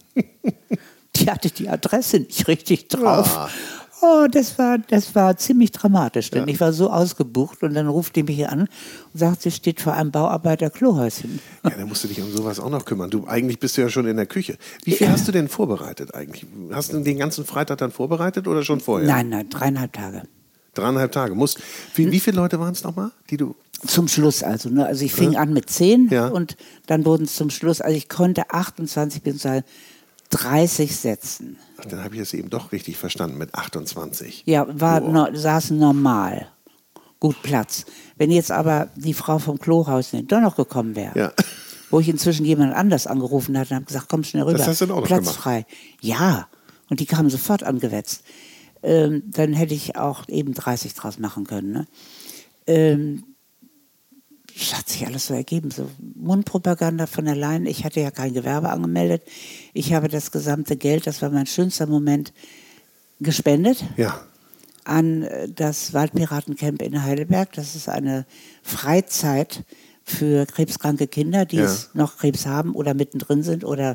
Die hatte die Adresse nicht richtig drauf. Ja. Oh, das war ziemlich dramatisch, denn ich war so ausgebucht und dann ruft die mich an und sagt, sie steht vor einem Bauarbeiter-Klohäuschen. Ja, dann musst du dich um sowas auch noch kümmern. Eigentlich bist du ja schon in der Küche. Wie viel hast du denn vorbereitet eigentlich? Hast du den ganzen Freitag dann vorbereitet oder schon vorher? Nein, 3,5 Tage. 3,5 Tage. Wie viele Leute waren es nochmal, die du... Zum Schluss also. Ne? Also ich fing an mit 10 und dann wurden es zum Schluss, also ich konnte 28 bzw. 30 setzen. Ach, dann habe ich es eben doch richtig verstanden mit 28. Ja, saßen normal. Gut Platz. Wenn jetzt aber die Frau vom Klohaus doch noch gekommen wäre, wo ich inzwischen jemand anders angerufen hatte und habe gesagt, komm schnell rüber, das hast du auch noch Platz gemacht. Frei. Ja, und die kamen sofort angewetzt. Dann hätte ich auch eben 30 draus machen können. Ne? Das hat sich alles so ergeben, so Mundpropaganda von allein. Ich hatte ja kein Gewerbe angemeldet. Ich habe das gesamte Geld, das war mein schönster Moment, gespendet an das Waldpiratencamp in Heidelberg. Das ist eine Freizeit für krebskranke Kinder, die es noch Krebs haben oder mittendrin sind oder.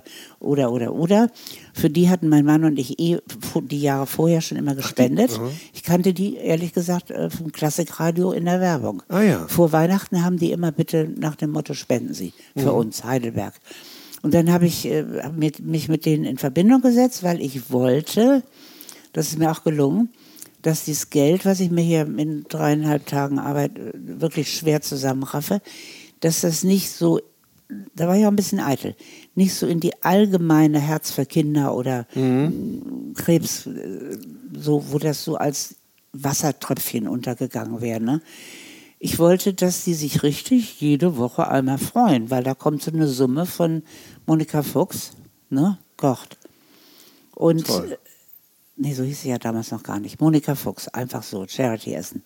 Für die hatten mein Mann und ich die Jahre vorher schon immer gespendet. Ich kannte die, ehrlich gesagt, vom Klassikradio in der Werbung. Ah, ja. Vor Weihnachten haben die immer bitte nach dem Motto, spenden Sie für uns, Heidelberg. Und dann habe ich mich mit denen in Verbindung gesetzt, weil ich wollte, das ist mir auch gelungen, dass dieses Geld, was ich mir hier in 3,5 Tagen Arbeit wirklich schwer zusammenraffe, dass das nicht so, da war ich auch ein bisschen eitel, nicht so in die allgemeine Herz für Kinder oder Krebs, so, wo das so als Wassertröpfchen untergegangen wäre. Ne? Ich wollte, dass die sich richtig jede Woche einmal freuen, weil da kommt so eine Summe von Monika Fuchs, ne, kocht. Und nee, so hieß sie ja damals noch gar nicht. Monika Fuchs, einfach so, Charity-Essen.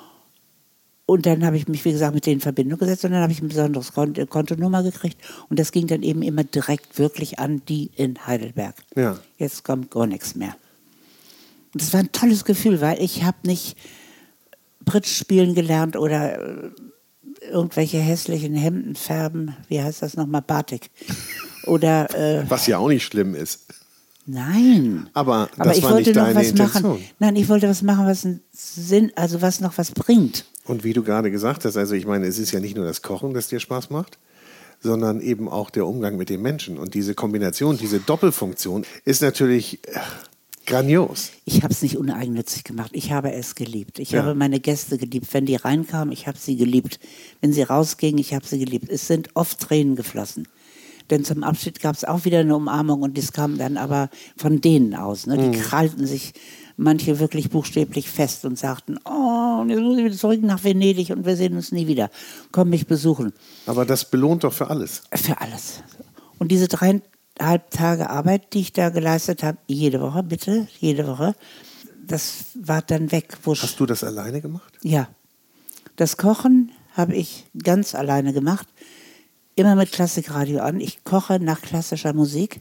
Und dann habe ich mich, wie gesagt, mit denen in Verbindung gesetzt und dann habe ich ein besonderes Kontonummer gekriegt und das ging dann eben immer direkt wirklich an die in Heidelberg. Ja. Jetzt kommt gar nichts mehr. Und das war ein tolles Gefühl, weil ich habe nicht Bridge spielen gelernt oder irgendwelche hässlichen Hemden färben, wie heißt das nochmal, Batik. Oder, was ja auch nicht schlimm ist. Nein. Aber das war nicht deine Intention. Machen. Nein, ich wollte was machen, was einen Sinn, also was noch was bringt. Und wie du gerade gesagt hast, also ich meine, es ist ja nicht nur das Kochen, das dir Spaß macht, sondern eben auch der Umgang mit den Menschen. Und diese Kombination, diese Doppelfunktion ist natürlich grandios. Ich habe es nicht uneigennützig gemacht. Ich habe es geliebt. Ich habe meine Gäste geliebt. Wenn die reinkamen, ich habe sie geliebt. Wenn sie rausgingen, ich habe sie geliebt. Es sind oft Tränen geflossen. Denn zum Abschied gab es auch wieder eine Umarmung und das kam dann aber von denen aus. Ne? Die krallten sich manche wirklich buchstäblich fest und sagten, oh, jetzt muss ich wieder zurück nach Venedig und wir sehen uns nie wieder. Komm mich besuchen. Aber das belohnt doch für alles. Für alles. Und diese 3,5 Tage Arbeit, die ich da geleistet habe, jede Woche, bitte, jede Woche, das war dann weg. Hast du das alleine gemacht? Ja. Das Kochen habe ich ganz alleine gemacht. Immer mit Klassikradio an. Ich koche nach klassischer Musik.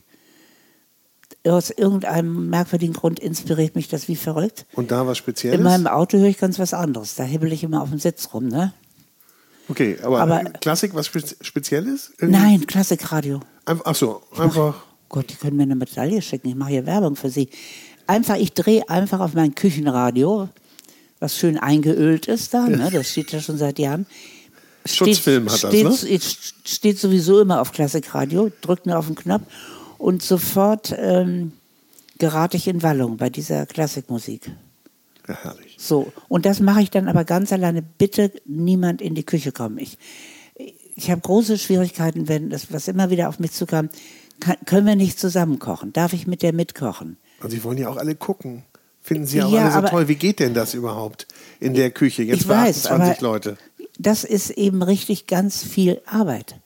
Aus irgendeinem merkwürdigen Grund inspiriert mich das wie verrückt. Und da was Spezielles? In meinem Auto höre ich ganz was anderes. Da hibbel ich immer auf dem Sitz rum. Ne? Okay, aber Klassik, was Spezielles? Nein, Klassikradio. Ach so, einfach. Gott, die können mir eine Medaille schicken. Ich mache hier Werbung für sie. Ich drehe einfach auf mein Küchenradio, was schön eingeölt ist da. Ne? Das steht ja schon seit Jahren. Schutzfilm hat das, ne? Steht sowieso immer auf Klassikradio, drückt nur auf den Knopf und sofort gerate ich in Wallung bei dieser Klassikmusik. Ja, herrlich. So, und das mache ich dann aber ganz alleine. Bitte niemand in die Küche kommen. Ich habe große Schwierigkeiten, wenn das, was immer wieder auf mich zukam, können wir nicht zusammen kochen? Darf ich mit der mitkochen? Und Sie wollen ja auch alle gucken. Finden Sie auch alle so toll. Wie geht denn das überhaupt in der Küche? Jetzt bei 28 Leute. Das ist eben richtig ganz viel Arbeit.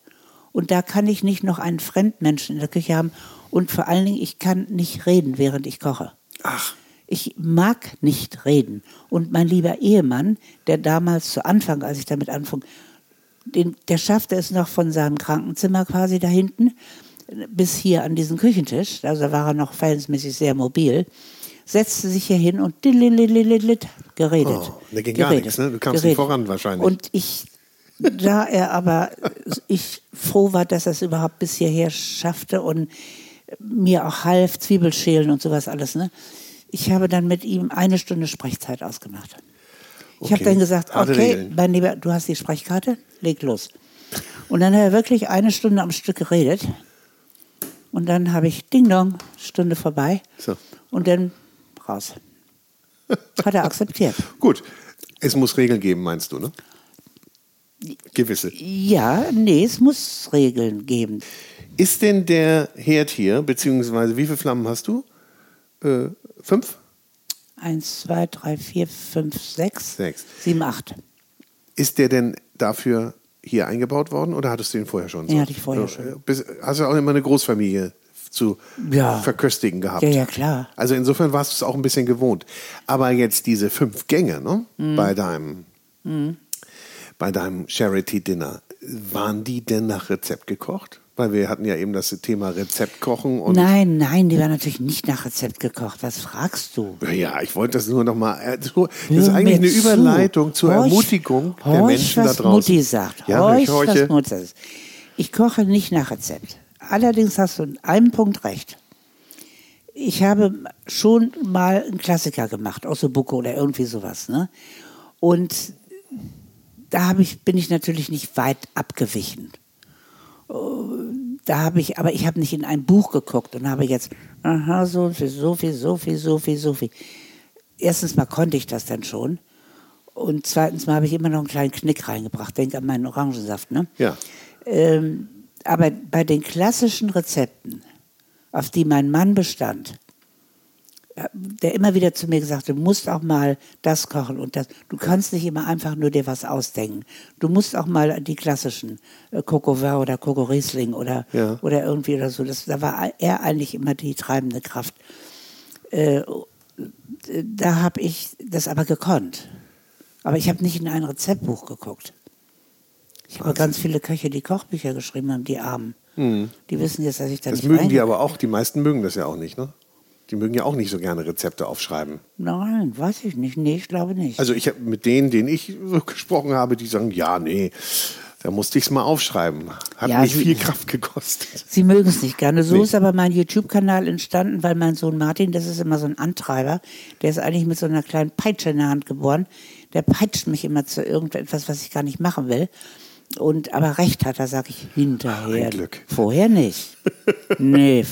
Und da kann ich nicht noch einen Fremdmenschen in der Küche haben. Und vor allen Dingen, ich kann nicht reden, während ich koche. Ach. Ich mag nicht reden. Und mein lieber Ehemann, der damals zu Anfang, als ich damit anfing, der schaffte es noch von seinem Krankenzimmer quasi da hinten bis hier an diesen Küchentisch, also da war er noch verhältnismäßig sehr mobil, setzte sich hier hin und geredet. Oh, da ging gar nichts, ne? Du kamst nicht voran wahrscheinlich. Und da er aber ich froh war, dass er es überhaupt bis hierher schaffte und mir auch half, Zwiebelschälen und sowas alles, ne? Ich habe dann mit ihm 1 Stunde Sprechzeit ausgemacht. Ich habe dann gesagt, okay, mein Lieber, du hast die Sprechkarte, leg los. Und dann hat er wirklich 1 Stunde am Stück geredet. Und dann habe ich, Ding Dong, Stunde vorbei. So. Und dann raus. Hat er akzeptiert. Gut, es muss Regeln geben, meinst du, ne? Gewisse. Ja, nee, es muss Regeln geben. Ist denn der Herd hier, beziehungsweise wie viele Flammen hast du? 5? 1, 2, 3, 4, 5, 6, 7, 8. Ist der denn dafür hier eingebaut worden oder hattest du den vorher schon? Ja, hatte ich vorher schon. Hast du auch immer eine Großfamilie zu verköstigen gehabt? Ja, klar. Also insofern warst du es auch ein bisschen gewohnt. Aber jetzt diese 5 Gänge, ne? Bei deinem Charity-Dinner, waren die denn nach Rezept gekocht? Weil wir hatten ja eben das Thema Rezeptkochen. Und Nein, die waren natürlich nicht nach Rezept gekocht. Was fragst du? Ja, ich wollte das nur noch mal. Das ist eigentlich eine Überleitung zur Ermutigung der Menschen da draußen. Mutti sagt. Ja, was Mutti sagt. Ich koche nicht nach Rezept. Allerdings hast du in einem Punkt recht. Ich habe schon mal einen Klassiker gemacht, Ossobuco oder irgendwie sowas, ne? Und da bin ich natürlich nicht weit abgewichen. Aber ich habe nicht in ein Buch geguckt und habe jetzt, so viel. Erstens mal konnte ich das dann schon. Und zweitens mal habe ich immer noch einen kleinen Knick reingebracht. Denk an meinen Orangensaft, ne? Ja. Aber bei den klassischen Rezepten, auf die mein Mann bestand, der immer wieder zu mir gesagt hat, du musst auch mal das kochen und das. Du kannst nicht immer einfach nur dir was ausdenken. Du musst auch mal die klassischen Coco Vin oder Coco Riesling oder irgendwie oder so. Da war er eigentlich immer die treibende Kraft. Da habe ich das aber gekonnt. Aber ich habe nicht in ein Rezeptbuch geguckt. Ich habe ganz viele Köche, die Kochbücher geschrieben haben, die Armen. Die wissen jetzt, dass ich da nicht mögen die aber auch, die meisten mögen das ja auch nicht, ne? Die mögen ja auch nicht so gerne Rezepte aufschreiben. Nein, weiß ich nicht. Nee, ich glaube nicht. Also ich habe mit denen ich so gesprochen habe, die sagen, ja, nee, da musste ich es mal aufschreiben. Hat mich viel Kraft gekostet. Sie mögen es nicht gerne. So ist aber mein YouTube-Kanal entstanden, weil mein Sohn Martin, das ist immer so ein Antreiber, der ist eigentlich mit so einer kleinen Peitsche in der Hand geboren. Der peitscht mich immer zu irgendetwas, was ich gar nicht machen will. Aber recht hat er, sage ich hinterher. Ein Glück. Vorher nicht. Nee.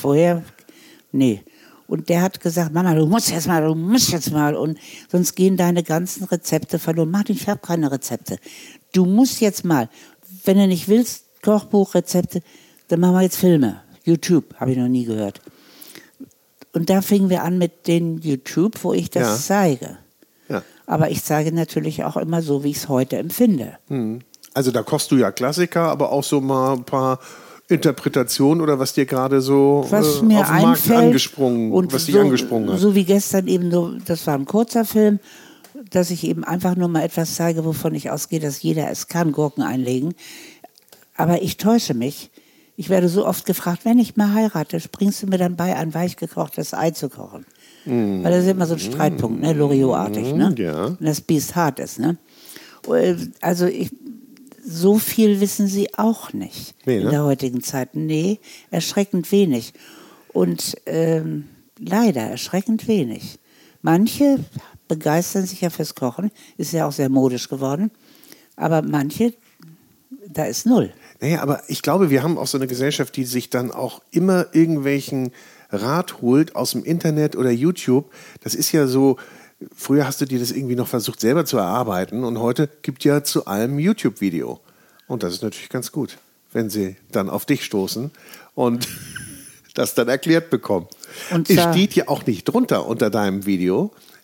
Und der hat gesagt, Mama, du musst jetzt mal. Und sonst gehen deine ganzen Rezepte verloren. Martin, ich habe keine Rezepte. Du musst jetzt mal. Wenn du nicht willst, Kochbuch, Rezepte, dann machen wir jetzt Filme. YouTube, habe ich noch nie gehört. Und da fingen wir an mit den YouTube, wo ich das zeige. Ja. Aber ich zeige natürlich auch immer so, wie ich es heute empfinde. Also da kochst du ja Klassiker, aber auch so mal ein paar Interpretation oder was dir gerade so was mir auf dem Markt angesprungen, und was dich angesprungen hat. So wie gestern eben, das war ein kurzer Film, dass ich eben einfach nur mal etwas zeige, wovon ich ausgehe, dass jeder es kann, Gurken einlegen. Aber ich täusche mich. Ich werde so oft gefragt, wenn ich mal heirate, bringst du mir dann bei, ein weich gekochtes Ei zu kochen? Weil das ist immer so ein Streitpunkt, ne? Loriot-artig, ne? Ja. Und das Biest hart ist, ne? Also so viel wissen sie auch nicht in der heutigen Zeit. Nee, erschreckend wenig. Und leider erschreckend wenig. Manche begeistern sich ja fürs Kochen, ist ja auch sehr modisch geworden. Aber manche, da ist null. Naja, aber ich glaube, wir haben auch so eine Gesellschaft, die sich dann auch immer irgendwelchen Rat holt aus dem Internet oder YouTube. Das ist ja so, früher hast du dir das irgendwie noch versucht selber zu erarbeiten und heute gibt ja zu allem ein YouTube-Video. Und das ist natürlich ganz gut, wenn sie dann auf dich stoßen und das dann erklärt bekommen. Es steht ja auch nicht drunter unter deinem Video,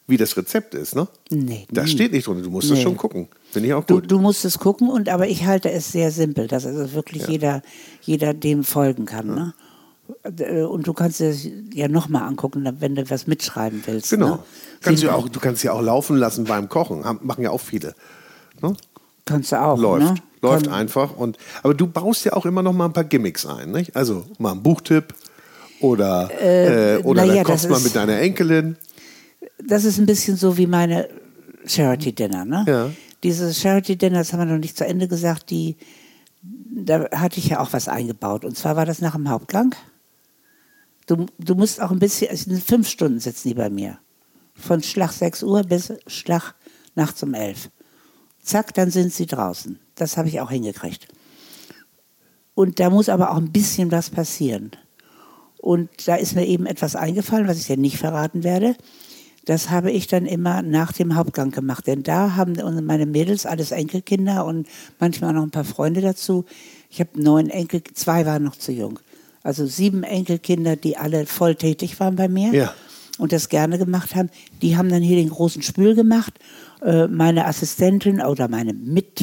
wie das Rezept ist, ne? Nee. Das steht nicht drunter. Du musst das schon gucken. Finde ich auch Du, gut. du musst es gucken, aber ich halte es sehr simpel, dass also wirklich jeder dem folgen kann. Ne? Und du kannst es ja nochmal angucken, wenn du was mitschreiben willst. Genau. Ne? Du kannst ja auch laufen lassen beim Kochen. Machen ja auch viele. Ne? Kannst du auch. Läuft. Ne? Läuft einfach. Aber du baust ja auch immer noch mal ein paar Gimmicks ein. Nicht? Also mal ein Buchtipp oder dann kochst du mal mit deiner Enkelin. Das ist ein bisschen so wie meine Charity-Dinner. Ne? Ja. Dieses Charity-Dinner, das haben wir noch nicht zu Ende gesagt, da hatte ich ja auch was eingebaut. Und zwar war das nach dem Hauptgang. Du musst auch ein bisschen, also 5 Stunden sitzen die bei mir. Von Schlag 6 Uhr bis Schlag nachts um 11. Zack, dann sind sie draußen. Das habe ich auch hingekriegt. Und da muss aber auch ein bisschen was passieren. Und da ist mir eben etwas eingefallen, was ich dir nicht verraten werde. Das habe ich dann immer nach dem Hauptgang gemacht. Denn da haben meine Mädels alles Enkelkinder und manchmal auch noch ein paar Freunde dazu. Ich habe 9 Enkel, 2 waren noch zu jung. Also 7 Enkelkinder, die alle voll tätig waren bei mir. Ja. Und das gerne gemacht haben. Die haben dann hier den großen Spül gemacht. Meine Assistentin oder meine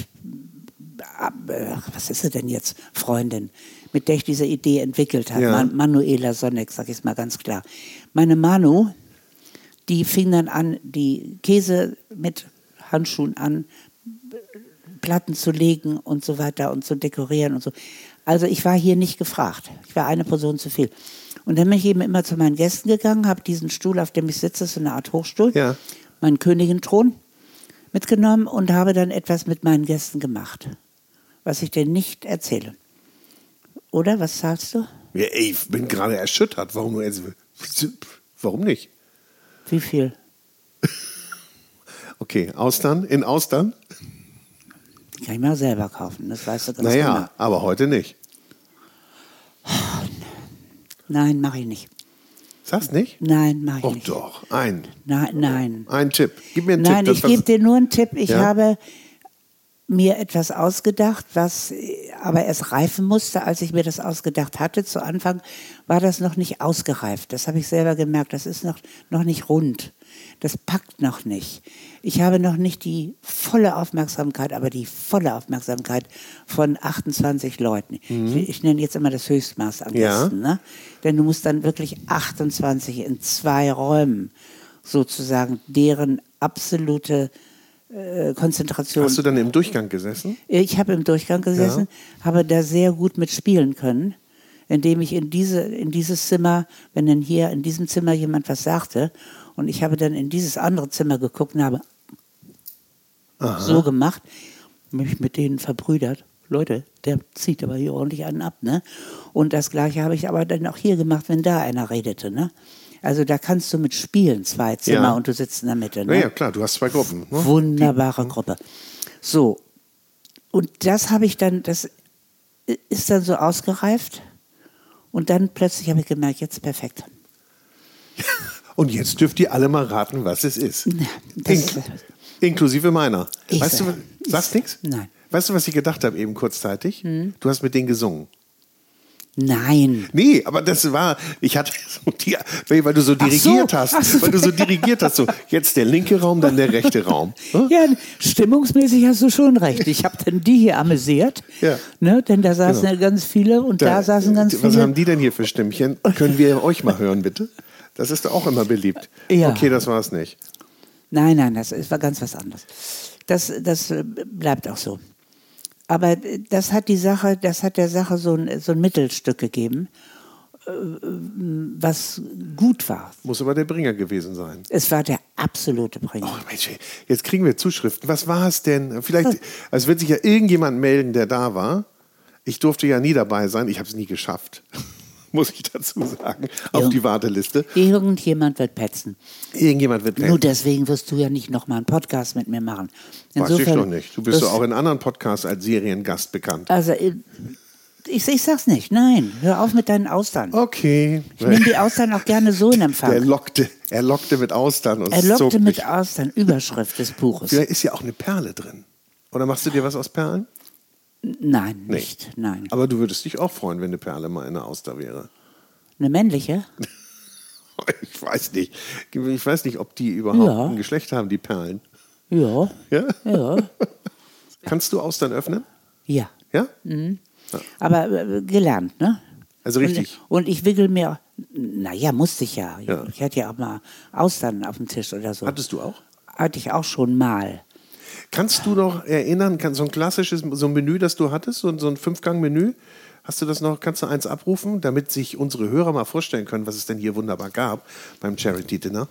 was ist sie denn jetzt? Freundin, mit der ich diese Idee entwickelt habe. Ja. Manuela Sonneck, sag ich es mal ganz klar. Meine Manu, die fing dann an, die Käse mit Handschuhen an, Platten zu legen und so weiter und zu dekorieren und so. Also ich war hier nicht gefragt. Ich war eine Person zu viel. Und dann bin ich eben immer zu meinen Gästen gegangen, habe diesen Stuhl, auf dem ich sitze, so eine Art Hochstuhl, meinen Königenthron mitgenommen und habe dann etwas mit meinen Gästen gemacht, was ich dir nicht erzähle. Oder? Was sagst du? Ja, ey, ich bin gerade erschüttert. Warum nicht? Wie viel? Okay, Austern? In Austern? Die kann ich mir auch selber kaufen, das weißt du ganz genau. Naja, aber heute nicht. Nein, mache ich nicht. Sagst nicht? Nein, mache ich nicht. Doch, ein. Nein. Ein Tipp. Gib mir einen Nein, Tipp. ich gebe dir nur einen Tipp. Ich habe mir etwas ausgedacht, was aber erst reifen musste, als ich mir das ausgedacht hatte. Zu Anfang war das noch nicht ausgereift. Das habe ich selber gemerkt. Das ist noch nicht rund. Das packt noch nicht. Ich habe noch nicht die volle Aufmerksamkeit, aber die volle Aufmerksamkeit von 28 Leuten. Ich nenne jetzt immer das Höchstmaß am besten. Ne? Denn du musst dann wirklich 28 in 2 Räumen sozusagen deren absolute Konzentration. Hast du dann im Durchgang gesessen? Ich habe im Durchgang gesessen, habe da sehr gut mitspielen können, indem ich in dieses Zimmer, wenn dann hier in diesem Zimmer jemand was sagte, und ich habe dann in dieses andere Zimmer geguckt und habe so gemacht, mich mit denen verbrüdert. Leute, der zieht aber hier ordentlich einen ab, ne? Und das Gleiche habe ich aber dann auch hier gemacht, wenn da einer redete, ne? Also da kannst du mit spielen, 2 Zimmer und du sitzt in der Mitte. Ne? Ja, klar, du hast 2 Gruppen. Ne? Wunderbare Gruppe. So, und das ist dann so ausgereift und dann plötzlich habe ich gemerkt, jetzt perfekt. Und jetzt dürft ihr alle mal raten, was es ist. Inklusive meiner. Weißt du, sagst nichts? Nein. Weißt du, was ich gedacht habe eben kurzzeitig? Du hast mit denen gesungen. Nein. Nee, aber das war, ich hatte so weil du so dirigiert hast. Weil du so dirigiert hast, so jetzt der linke Raum, dann der rechte Raum. Ja, stimmungsmäßig hast du schon recht. Ich habe dann die hier amüsiert, ne, denn da saßen ja ganz viele und da saßen ganz viele. Was haben die denn hier für Stimmchen? Können wir euch mal hören, bitte? Das ist doch auch immer beliebt. Ja. Okay, das war es nicht. Nein, das war ganz was anderes. Das bleibt auch so. Aber das hat der Sache so ein Mittelstück gegeben, was gut war. Muss aber der Bringer gewesen sein. Es war der absolute Bringer. Oh Mensch, jetzt kriegen wir Zuschriften. Was war es denn? Vielleicht, es wird sich ja irgendjemand melden, der da war. Ich durfte ja nie dabei sein. Ich habe es nie geschafft, muss ich dazu sagen, auf die Warteliste. Irgendjemand wird petzen. Irgendjemand wird petzen. Nur deswegen wirst du ja nicht nochmal einen Podcast mit mir machen. Weiß ich doch nicht. Du bist doch auch in anderen Podcasts als Seriengast bekannt. Also, ich sag's nicht. Nein, hör auf mit deinen Austern. Okay. Ich nehme die Austern auch gerne so in Empfang. Er lockte mit Austern. Und er lockte mit Austern, Überschrift des Buches. Vielleicht ist ja auch eine Perle drin. Oder machst du dir was aus Perlen? Nein, nicht. Nein. Aber du würdest dich auch freuen, wenn eine Perle mal eine Auster wäre. Eine männliche? Ich weiß nicht. Ich weiß nicht, ob die überhaupt ein Geschlecht haben, die Perlen. Ja. Ja? Ja. Kannst du Austern öffnen? Ja. Ja? Mhm. Aber gelernt, ne? Also richtig. Und ich wickel mir, naja, musste ich ja. Ja. Ich hatte ja auch mal Austern auf dem Tisch oder so. Hattest du auch? Hatte ich auch schon mal. Kannst du noch erinnern, so ein klassisches, so ein Menü, das du hattest, so ein 5-Gang-Menü? Hast du das noch, kannst du eins abrufen, damit sich unsere Hörer mal vorstellen können, was es denn hier wunderbar gab beim Charity Dinner?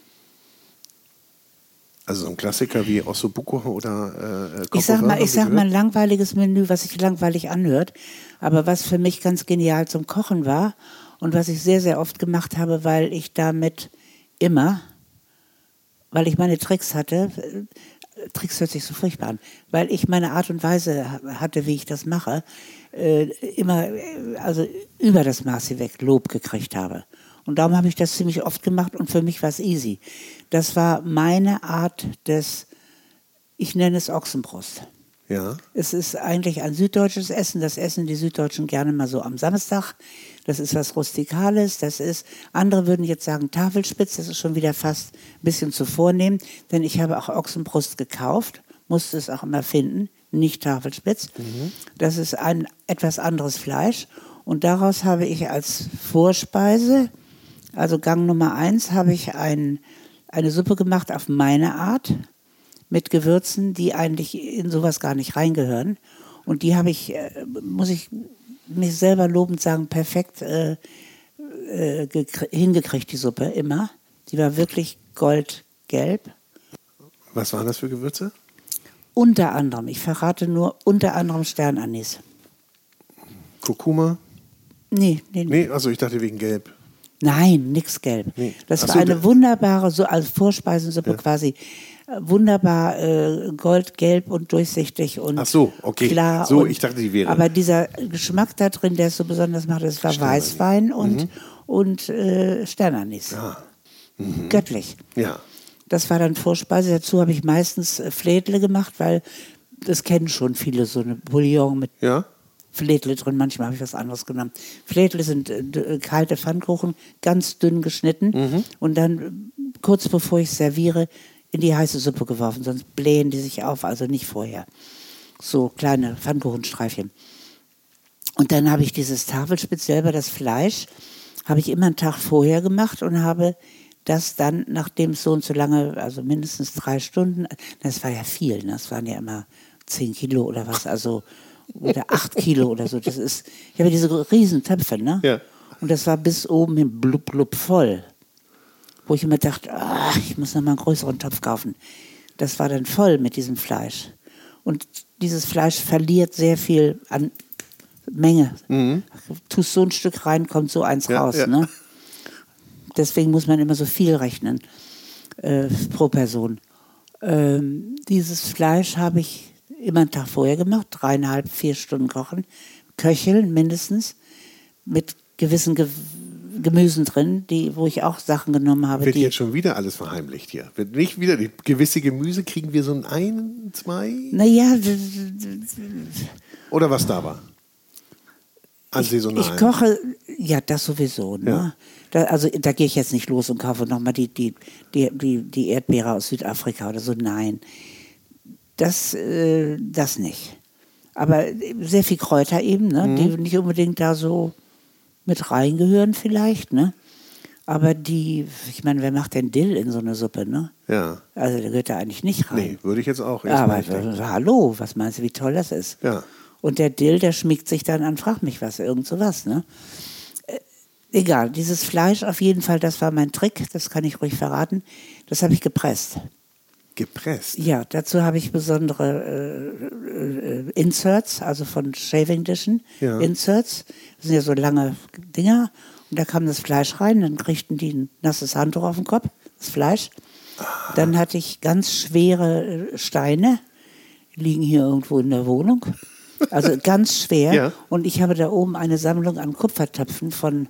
Also so ein Klassiker wie Ossobuco oder Ich sag mal ein langweiliges Menü, was sich langweilig anhört, aber was für mich ganz genial zum Kochen war und was ich sehr, sehr oft gemacht habe, weil ich damit immer, weil ich meine Tricks hatte, Tricks hört sich so furchtbar an, weil ich meine Art und Weise hatte, wie ich das mache, immer, also über das Maß hinweg Lob gekriegt habe. Und darum habe ich das ziemlich oft gemacht und für mich war es easy. Das war meine Art ich nenne es Ochsenbrust. Ja. Es ist eigentlich ein süddeutsches Essen, das essen die Süddeutschen gerne mal so am Samstag. Das ist was Rustikales, andere würden jetzt sagen Tafelspitz, das ist schon wieder fast ein bisschen zu vornehm, denn ich habe auch Ochsenbrust gekauft, musste es auch immer finden, nicht Tafelspitz. Mhm. Das ist ein etwas anderes Fleisch und daraus habe ich als Vorspeise, also Gang Nummer 1, habe ich eine Suppe gemacht auf meine Art mit Gewürzen, die eigentlich in sowas gar nicht reingehören. Und die habe ich, muss ich mich selber lobend sagen, perfekt hingekriegt, die Suppe, immer. Die war wirklich goldgelb. Was waren das für Gewürze? Unter anderem, ich verrate nur, unter anderem Sternanis. Kurkuma? Nee. Also ich dachte wegen gelb. Nein, nix gelb. Nee. Das war eine wunderbare, so als Vorspeisensuppe quasi, wunderbar goldgelb und durchsichtig und ach so, okay. Klar. So, ich dachte, die wäre. Aber dieser Geschmack da drin, der es so besonders macht, das war Weißwein und Sternanis. Ja. Mhm. Göttlich. Ja. Das war dann Vorspeise. Dazu habe ich meistens Flädle gemacht, weil das kennen schon viele, so eine Bouillon mit Flädle drin. Manchmal habe ich was anderes genommen. Flädle sind kalte Pfannkuchen, ganz dünn geschnitten und dann kurz bevor ich serviere, in die heiße Suppe geworfen, sonst blähen die sich auf, also nicht vorher. So kleine Pfannkuchenstreifchen. Und dann habe ich dieses Tafelspitz selber, das Fleisch, habe ich immer einen Tag vorher gemacht und habe das dann, nachdem es so und so lange, also mindestens 3 Stunden, das war ja viel, ne? Das waren ja immer 10 Kilo oder was, also oder 8 Kilo oder so. Ich habe diese riesen Töpfe, ne? Ja. Und das war bis oben hin blub, blub voll. Wo ich immer dachte, ich muss noch mal einen größeren Topf kaufen. Das war dann voll mit diesem Fleisch. Und dieses Fleisch verliert sehr viel an Menge. Mhm. Tust so ein Stück rein, kommt so eins raus. Ja. Ne? Deswegen muss man immer so viel rechnen pro Person. Dieses Fleisch habe ich immer einen Tag vorher gemacht, 3,5, 4 Stunden kochen, köcheln mindestens, mit gewissen Gemüsen drin, wo ich auch Sachen genommen habe. Wird jetzt schon wieder alles verheimlicht hier? Wird nicht wieder gewisse Gemüse, kriegen wir so ein, 2? Naja. Oder was da war? An saisonalen. Ich koche, ja, das sowieso. Ne? Ja. Da gehe ich jetzt nicht los und kaufe nochmal die Erdbeere aus Südafrika oder so. Nein, das nicht. Aber sehr viel Kräuter eben, ne? Die nicht unbedingt da so mit reingehören vielleicht, ne? Aber ich meine, wer macht denn Dill in so eine Suppe, ne? Ja. Also der gehört da eigentlich nicht rein. Nee, würde ich jetzt auch. Aber hallo, was meinst du, wie toll das ist? Ja. Und der Dill, der schmiegt sich dann an, frag mich was, irgend sowas, ne? Egal, dieses Fleisch auf jeden Fall, das war mein Trick, das kann ich ruhig verraten. Das habe ich gepresst. Gepresst? Ja, dazu habe ich besondere Inserts, also von Shaving Dischen, Inserts. Das sind ja so lange Dinger. Und da kam das Fleisch rein, dann kriegten die ein nasses Handtuch auf den Kopf, das Fleisch. Dann hatte ich ganz schwere Steine, die liegen hier irgendwo in der Wohnung. Also ganz schwer. Ja. Und ich habe da oben eine Sammlung an Kupfertöpfen von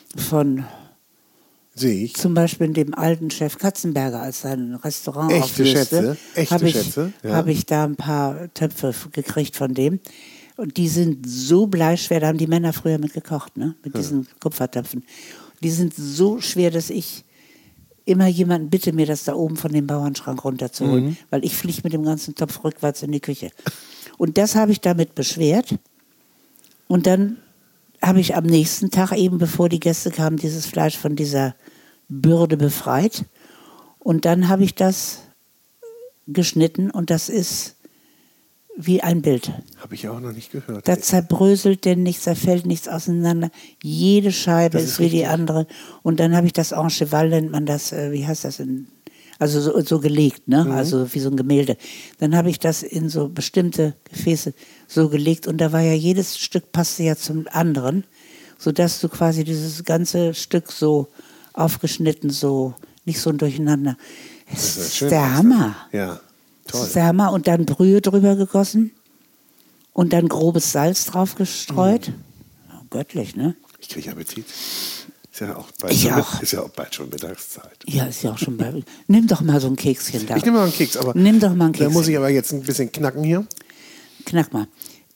sehe ich. Zum Beispiel dem alten Chef Katzenberger, als sein Restaurant auflöste, habe ich da ein paar Töpfe gekriegt von dem. Und die sind so bleischwer, da haben die Männer früher mit gekocht, ne? Mit diesen Kupfertöpfen. Die sind so schwer, dass ich immer jemanden bitte, mir das da oben von dem Bauernschrank runterzuholen, weil ich fliege mit dem ganzen Topf rückwärts in die Küche. Und das habe ich damit beschwert. Und dann habe ich am nächsten Tag, eben bevor die Gäste kamen, dieses Fleisch von dieser Bürde befreit. Und dann habe ich das geschnitten und das ist wie ein Bild. Habe ich auch noch nicht gehört. Da zerbröselt denn nichts, da fällt nichts auseinander. Jede Scheibe ist wie die andere. Und dann habe ich das en cheval, nennt man das, wie heißt das? Also so gelegt, ne? Also wie so ein Gemälde. Dann habe ich das in so bestimmte Gefäße so gelegt und da war ja jedes Stück passte ja zum anderen, sodass du quasi dieses ganze Stück so aufgeschnitten, so nicht so ein Durcheinander. Das ist der Hammer. Ja, toll. Das ist der Hammer. Und dann Brühe drüber gegossen und dann grobes Salz drauf gestreut. Ja, göttlich, ne? Ich kriege Appetit. Ist ja auch bald schon Mittagszeit. Ja, ist ja auch schon bald. Nimm doch mal so ein Kekschen da. Ich nehme mal einen Keks, aber nimm doch mal einen Keks. Da muss ich aber jetzt ein bisschen knacken hier. Knack mal.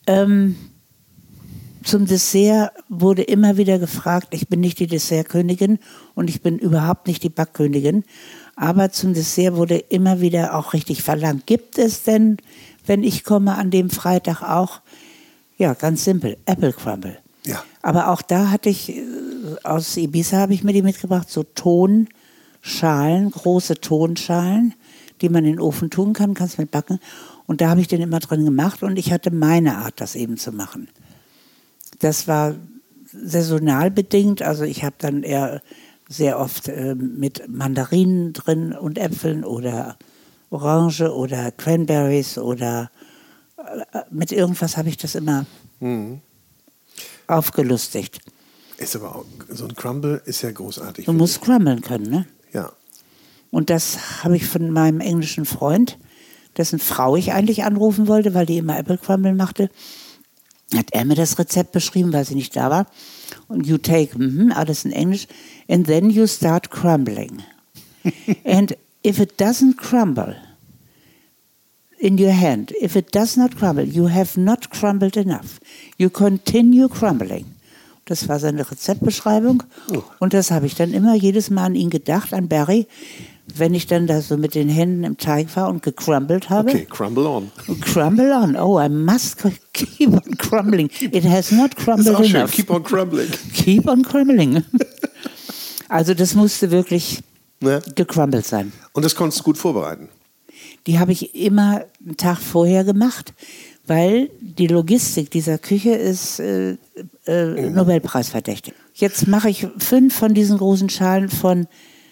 Zum Dessert wurde immer wieder gefragt, ich bin nicht die Dessertkönigin und ich bin überhaupt nicht die Backkönigin, aber zum Dessert wurde immer wieder auch richtig verlangt. Gibt es denn, wenn ich komme, an dem Freitag auch, ja, ganz simpel, Apple Crumble. Ja. Aber auch da hatte ich, aus Ibiza habe ich mir die mitgebracht, so Tonschalen, große Tonschalen, die man in den Ofen tun kann, kannst mit backen. Und da habe ich den immer drin gemacht und ich hatte meine Art, das eben zu machen. Das war saisonal bedingt, also ich habe dann eher sehr oft mit Mandarinen drin und Äpfeln oder Orange oder Cranberries oder mit irgendwas habe ich das immer aufgelustigt. Ist aber auch, so ein Crumble ist ja großartig. Du musst crumblen können, ne? Ja. Und das habe ich von meinem englischen Freund, dessen Frau ich eigentlich anrufen wollte, weil die immer Apple Crumble machte, hat er mir das Rezept beschrieben, weil sie nicht da war. Und you take, alles in Englisch, and then you start crumbling. And if it doesn't crumble in your hand, if it does not crumble, you have not crumbled enough. You continue crumbling. Das war seine Rezeptbeschreibung. Oh. Und das habe ich dann immer jedes Mal an ihn gedacht, an Barry, wenn ich dann da so mit den Händen im Teig war und gecrumbled habe. Okay, crumble on. Crumble on. Oh, I must keep on crumbling. It has not crumbled das ist auch enough. Schön. Keep on crumbling. Keep on crumbling. Also das musste wirklich gecrumbled sein. Und das konntest du gut vorbereiten? Die habe ich immer einen Tag vorher gemacht, weil die Logistik dieser Küche ist Nobelpreisverdächtig. Jetzt mache ich 5 von diesen großen Schalen von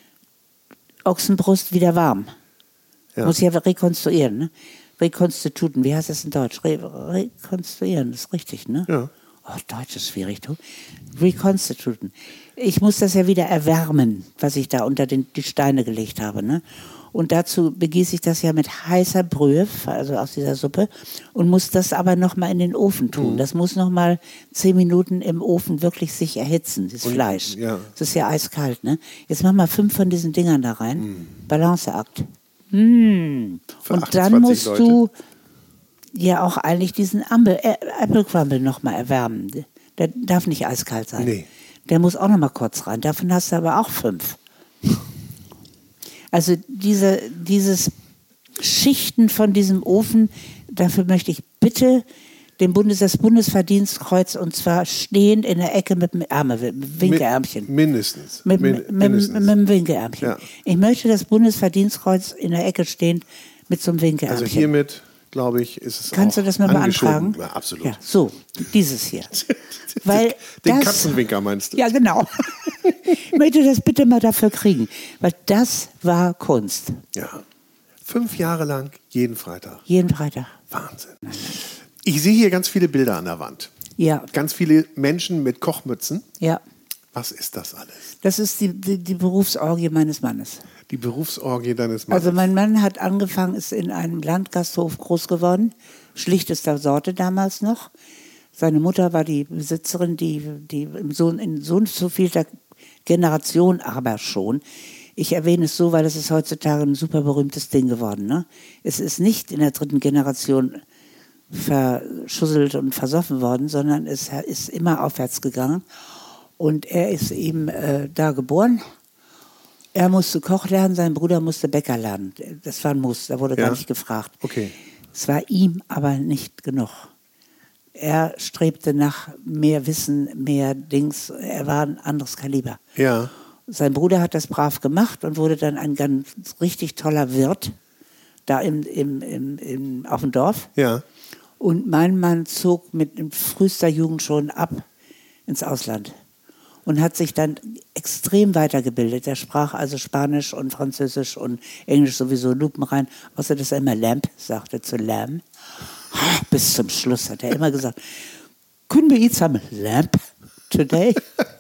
Ochsenbrust wieder warm. Ja. Muss ich ja rekonstruieren, ne? Rekonstituten, wie heißt das in Deutsch? Rekonstruieren, das ist richtig, ne? Ja. Oh, Deutsch ist schwierig, du. Rekonstituten. Ich muss das ja wieder erwärmen, was ich da unter die Steine gelegt habe, ne? Und dazu begieße ich das ja mit heißer Brühe, also aus dieser Suppe, und muss das aber nochmal in den Ofen tun. Das muss nochmal 10 Minuten im Ofen wirklich sich erhitzen, das Fleisch. Ja. Das ist ja eiskalt, ne? Jetzt mach mal 5 von diesen Dingern da rein. Balanceakt. Und dann musst du ja auch eigentlich diesen Apple Crumble nochmal erwärmen. Der darf nicht eiskalt sein. Nee. Der muss auch nochmal kurz rein. Davon hast du aber auch 5. Also dieses Schichten von diesem Ofen, dafür möchte ich bitte das Bundesverdienstkreuz, und zwar stehend in der Ecke mit dem Winkelärmchen. Mindestens. Mit dem Winkelärmchen. Ja. Ich möchte das Bundesverdienstkreuz in der Ecke stehend mit so einem Winkelärmchen. Also hiermit, glaube ich, ist es Kannst du das mal beantragen? Ja, absolut. Ja, so, dieses hier. Weil den Katzenwinker meinst du? Ja, genau. Ich möchte das bitte mal dafür kriegen, weil das war Kunst. Ja. 5 Jahre lang, jeden Freitag. Jeden Freitag. Wahnsinn. Ich sehe hier ganz viele Bilder an der Wand. Ja. Ganz viele Menschen mit Kochmützen. Ja. Was ist das alles? Das ist die Berufsorgie meines Mannes. Die Berufsorgie deines Mannes? Also mein Mann hat angefangen, ist in einem Landgasthof groß geworden. Schlichtester Sorte damals noch. Seine Mutter war die Besitzerin, die in so vielter Generation aber schon. Ich erwähne es so, weil es ist heutzutage ein super berühmtes Ding geworden. Ne? Es ist nicht in der 3. Generation verschusselt und versoffen worden, sondern es ist immer aufwärts gegangen. Und er ist eben da geboren. Er musste Koch lernen, sein Bruder musste Bäcker lernen. Das war ein Muss, da wurde gar nicht gefragt. Okay. Es war ihm aber nicht genug. Er strebte nach mehr Wissen, mehr Dings. Er war ein anderes Kaliber. Ja. Sein Bruder hat das brav gemacht und wurde dann ein ganz richtig toller Wirt da auf dem Dorf. Ja. Und mein Mann zog mit frühester Jugend schon ab ins Ausland und hat sich dann extrem weitergebildet. Er sprach also Spanisch und Französisch und Englisch sowieso lupenrein, außer dass er immer Lamp sagte zu Lamb. Bis zum Schluss hat er immer gesagt, could we eat some lamb today?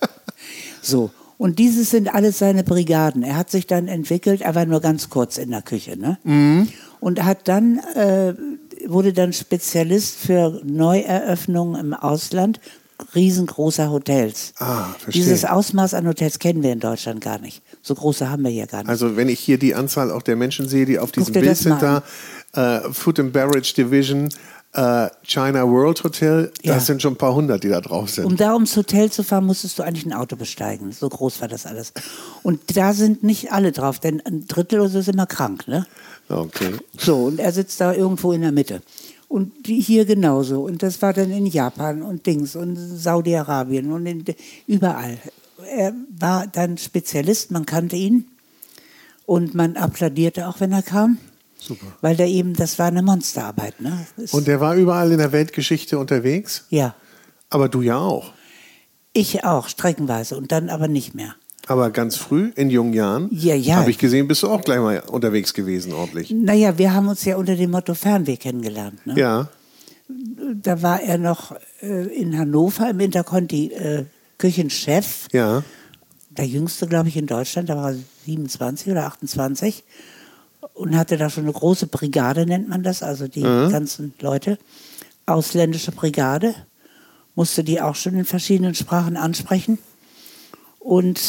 So, und dieses sind alles seine Brigaden. Er hat sich dann entwickelt, er war nur ganz kurz in der Küche, ne? Mhm. Und hat dann, wurde dann Spezialist für Neueröffnungen im Ausland, riesengroßer Hotels. Verstehe. Dieses Ausmaß an Hotels kennen wir in Deutschland gar nicht. So große haben wir hier gar nicht. Also wenn ich hier die Anzahl auch der Menschen sehe, die auf diesem Bild sind da, Food and Beverage Division, China World Hotel, das sind schon ein paar hundert, die da drauf sind. Um da ums Hotel zu fahren, musstest du eigentlich ein Auto besteigen. So groß war das alles. Und da sind nicht alle drauf, denn ein Drittel oder so ist immer krank, ne? Okay. So, und er sitzt da irgendwo in der Mitte. Und die hier genauso. Und das war dann in Japan und Dings und Saudi-Arabien und überall. Er war dann Spezialist, man kannte ihn. Und man applaudierte auch, wenn er kam. Super. Weil der eben, das war eine Monsterarbeit. Ne? Und der war überall in der Weltgeschichte unterwegs? Ja. Aber du ja auch? Ich auch, streckenweise. Und dann aber nicht mehr. Aber ganz früh, in jungen Jahren, ja. Habe ich gesehen, bist du auch gleich mal unterwegs gewesen, ordentlich. Naja, wir haben uns ja unter dem Motto Fernweh kennengelernt. Ne? Ja. Da war er noch in Hannover im Interconti Küchenchef. Ja. Der jüngste, glaube ich, in Deutschland, da war er 27 oder 28. Und hatte da schon eine große Brigade, nennt man das, also die ganzen Leute. Ausländische Brigade. Musste die auch schon in verschiedenen Sprachen ansprechen. Und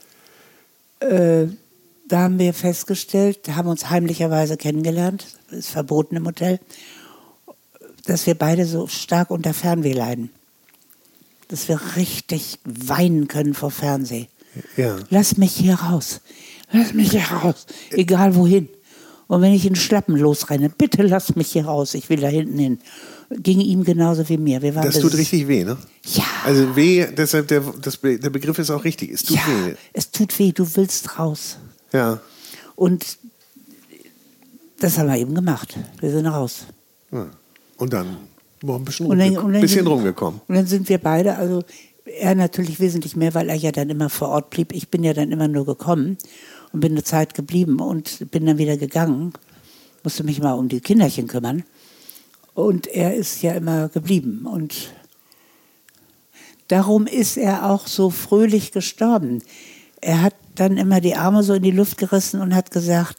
da haben wir festgestellt, haben uns heimlicherweise kennengelernt, ist verboten im Hotel, dass wir beide so stark unter Fernweh leiden. Dass wir richtig weinen können vor Fernsehen. Ja. Lass mich hier raus. Lass mich hier raus. Egal wohin. Und wenn ich in Schlappen losrenne, bitte lass mich hier raus. Ich will da hinten hin. Ging ihm genauso wie mir. Wir waren das tut richtig weh, ne? Ja. Also weh, deshalb der Begriff ist auch richtig. Es tut weh. Es tut weh. Du willst raus. Ja. Und das haben wir eben gemacht. Wir sind raus. Ja. Und dann ein bisschen, bisschen rumgekommen. Und dann sind wir beide, also er natürlich wesentlich mehr, weil er ja dann immer vor Ort blieb. Ich bin ja dann immer nur gekommen und bin eine Zeit geblieben und bin dann wieder gegangen. Musste mich mal um die Kinderchen kümmern. Und er ist ja immer geblieben. Und darum ist er auch so fröhlich gestorben. Er hat dann immer die Arme so in die Luft gerissen und hat gesagt,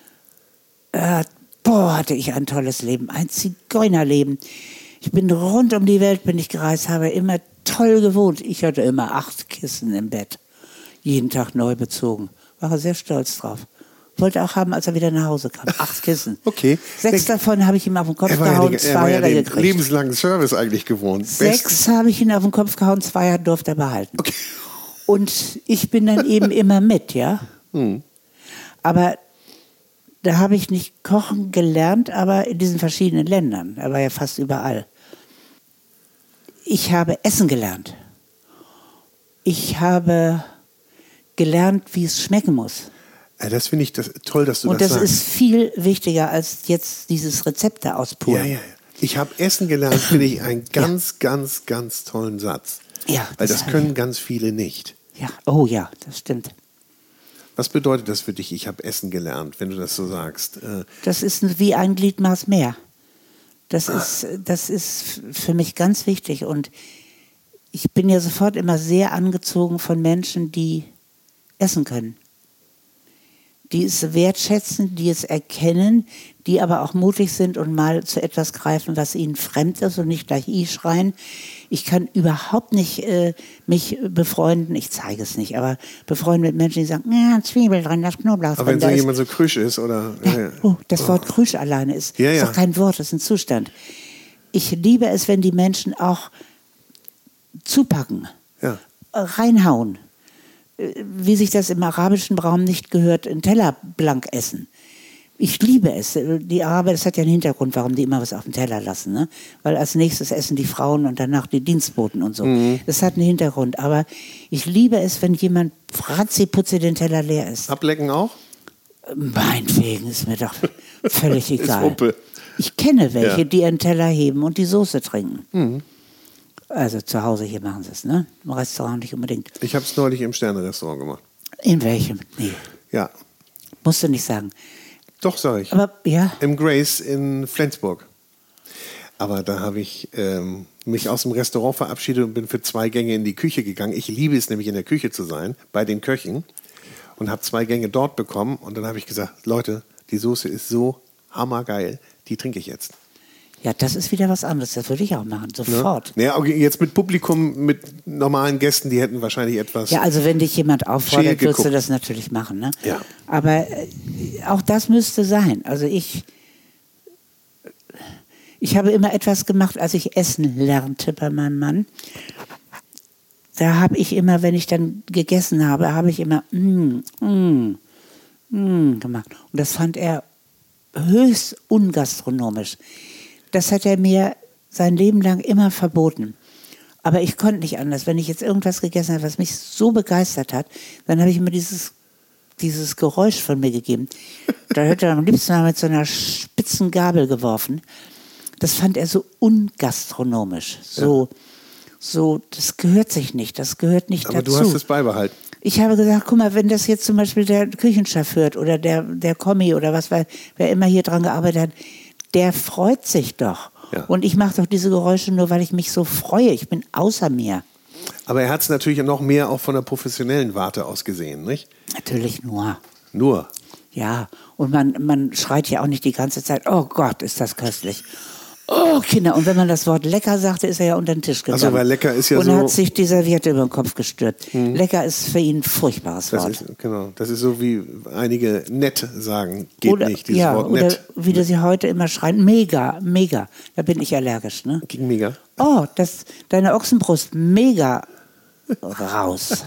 hatte ich ein tolles Leben, ein Zigeunerleben. Ich bin rund um die Welt, bin ich gereist, habe immer toll gewohnt. Ich hatte immer 8 Kissen im Bett, jeden Tag neu bezogen. War er sehr stolz drauf. Wollte auch haben, als er wieder nach Hause kam. 8 Kissen. Okay. 6 davon habe ich ihm auf den Kopf gehauen, 2 hat er gekriegt. Lebenslangen Service eigentlich gewohnt. 6 habe ich ihn auf den Kopf gehauen, 2 durfte er behalten. Okay. Und ich bin dann eben immer mit, ja. Aber da habe ich nicht kochen gelernt, aber in diesen verschiedenen Ländern. Er war ja fast überall. Ich habe essen gelernt. Ich habe gelernt, wie es schmecken muss. Ja, das finde ich toll, dass du und das sagst. Und das ist viel wichtiger als jetzt dieses Rezepte auspulen. Ja. Ich habe Essen gelernt, finde ich einen ganz, ganz, ganz tollen Satz. Ja. Weil das können ganz viele nicht. Ja, oh ja, das stimmt. Was bedeutet das für dich, ich habe Essen gelernt, wenn du das so sagst? Das ist wie ein Gliedmaß mehr. Das ist für mich ganz wichtig. Und ich bin ja sofort immer sehr angezogen von Menschen, die essen können. Die es wertschätzen, die es erkennen, die aber auch mutig sind und mal zu etwas greifen, was ihnen fremd ist und nicht gleich schreien. Ich kann überhaupt nicht mich befreunden, ich zeige es nicht, aber befreunden mit Menschen, die sagen, ja, Zwiebel dran, das Knoblauch dran. Aber wenn so jemand so krüsch ist, oder? Ja, das Wort krüsch alleine ist doch kein Wort, das ist ein Zustand. Ich liebe es, wenn die Menschen auch zupacken. Ja. reinhauen. Wie sich das im arabischen Raum nicht gehört, einen Teller blank essen. Ich liebe es. Die Araber, das hat ja einen Hintergrund, warum die immer was auf dem Teller lassen. Ne? Weil als nächstes essen die Frauen und danach die Dienstboten und so. Das hat einen Hintergrund. Aber ich liebe es, wenn jemand ratzi-putzi den Teller leer isst. Ablecken auch? Meinetwegen, ist mir doch völlig egal. Huppe. Ich kenne welche, die ihren Teller heben und die Soße trinken. Also zu Hause hier machen sie es, ne? Im Restaurant nicht unbedingt. Ich habe es neulich im Sterne-Restaurant gemacht. In welchem? Nee. Ja. Musst du nicht sagen. Doch, sage ich. Aber ja. Im Grace in Flensburg. Aber da habe ich mich aus dem Restaurant verabschiedet und bin für 2 Gänge in die Küche gegangen. Ich liebe es nämlich, in der Küche zu sein, bei den Köchen. Und habe 2 Gänge dort bekommen. Und dann habe ich gesagt, Leute, die Soße ist so hammergeil, die trinke ich jetzt. Ja, das ist wieder was anderes. Das würde ich auch machen, sofort. Ja, okay, jetzt mit Publikum, mit normalen Gästen, die hätten wahrscheinlich etwas... Ja, also wenn dich jemand auffordert, scheel würdest du geguckt. das natürlich machen. Ne? Ja. Aber auch das müsste sein. Also ich habe immer etwas gemacht, als ich essen lernte bei meinem Mann. Da habe ich immer, wenn ich dann gegessen habe, habe ich immer gemacht. Und das fand er höchst ungastronomisch. Das hat er mir sein Leben lang immer verboten. Aber ich konnte nicht anders. Wenn ich jetzt irgendwas gegessen habe, was mich so begeistert hat, dann habe ich immer dieses Geräusch von mir gegeben. Da hätte er am liebsten mal mit so einer spitzen Gabel geworfen. Das fand er so ungastronomisch. So, das gehört sich nicht. Das gehört nicht dazu. Aber du hast es beibehalten. Ich habe gesagt, guck mal, wenn das jetzt zum Beispiel der Küchenchef hört oder der Kommi oder wer immer hier dran gearbeitet hat, der freut sich doch. Ja. Und ich mache doch diese Geräusche nur, weil ich mich so freue. Ich bin außer mir. Aber er hat es natürlich noch mehr auch von der professionellen Warte aus gesehen, nicht? Natürlich nur. Nur? Ja, und man schreit ja auch nicht die ganze Zeit, oh Gott, ist das köstlich. Oh, Kinder. Und wenn man das Wort lecker sagte, ist er ja unter den Tisch gegangen. Also, weil lecker ist ja und so... Und hat sich die Serviette über den Kopf gestürzt. Lecker ist für ihn ein furchtbares Wort. Das ist so, wie einige nett sagen, geht nicht, dieses Wort nett. Oder wie sie heute immer schreien, mega, mega. Da bin ich allergisch, ne? Gegen mega? Oh, deine Ochsenbrust, mega raus.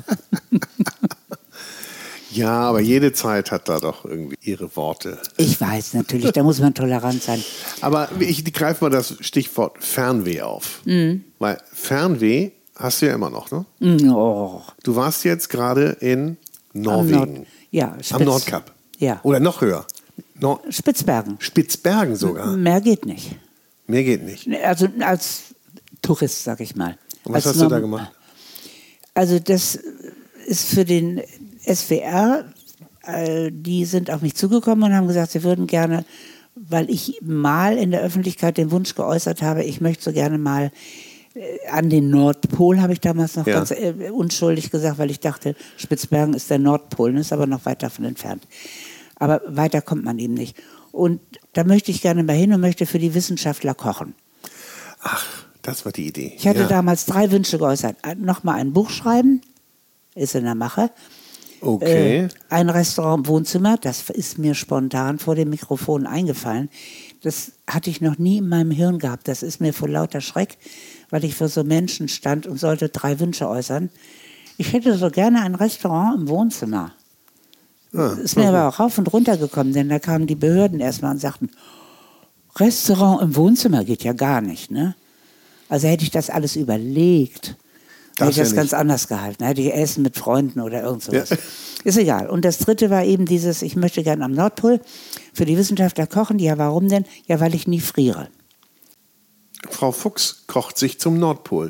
Ja, aber jede Zeit hat da doch irgendwie ihre Worte. Ich weiß natürlich, da muss man tolerant sein. Aber ich greife mal das Stichwort Fernweh auf. Weil Fernweh hast du ja immer noch, ne? Oh. Du warst jetzt gerade in Norwegen. Am Nordkap. Ja. Oder noch höher. Spitzbergen. Spitzbergen sogar. Mehr geht nicht. Mehr geht nicht. Also als Tourist, sag ich mal. Und was hast du da gemacht? Also das ist für den SWR, die sind auf mich zugekommen und haben gesagt, sie würden gerne, weil ich mal in der Öffentlichkeit den Wunsch geäußert habe, ich möchte so gerne mal an den Nordpol, habe ich damals noch ganz unschuldig gesagt, weil ich dachte, Spitzbergen ist der Nordpol, ist aber noch weit davon entfernt. Aber weiter kommt man eben nicht. Und da möchte ich gerne mal hin und möchte für die Wissenschaftler kochen. Ach, das war die Idee. Ich hatte damals 3 Wünsche geäußert. Nochmal ein Buch schreiben, ist in der Mache. Okay. Ein Restaurant im Wohnzimmer, das ist mir spontan vor dem Mikrofon eingefallen. Das hatte ich noch nie in meinem Hirn gehabt. Das ist mir vor lauter Schreck, weil ich für so Menschen stand und sollte 3 Wünsche äußern. Ich hätte so gerne ein Restaurant im Wohnzimmer. Ist mir aber auch rauf und runter gekommen, denn da kamen die Behörden erstmal und sagten, Restaurant im Wohnzimmer geht ja gar nicht, ne? Also hätte ich das alles überlegt, hätte ich das ganz anders gehalten. Hätte ich Essen mit Freunden oder irgend sowas. Ja. Ist egal. Und das 3. war eben dieses, ich möchte gerne am Nordpol für die Wissenschaftler kochen. Ja, warum denn? Ja, weil ich nie friere. Frau Fuchs kocht sich zum Nordpol.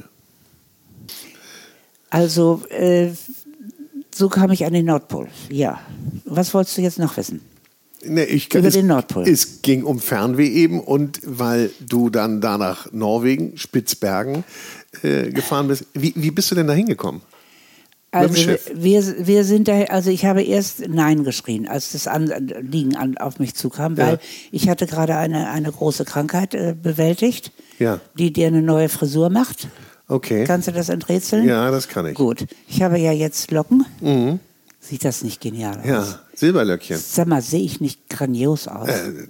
Also, so kam ich an den Nordpol. Ja. Was wolltest du jetzt noch wissen? Über den Nordpol. Es ging um Fernweh eben und weil du dann da nach Norwegen, Spitzbergen gefahren bist. Wie bist du denn da hingekommen? Also wir sind da, also ich habe erst Nein geschrien, als das Anliegen auf mich zukam, weil ich hatte gerade eine große Krankheit bewältigt, die dir eine neue Frisur macht. Okay. Kannst du das enträtseln? Ja, das kann ich. Gut. Ich habe ja jetzt Locken. Sieht das nicht genial aus? Ja, Silberlöckchen. Sag mal, sehe ich nicht grandios aus?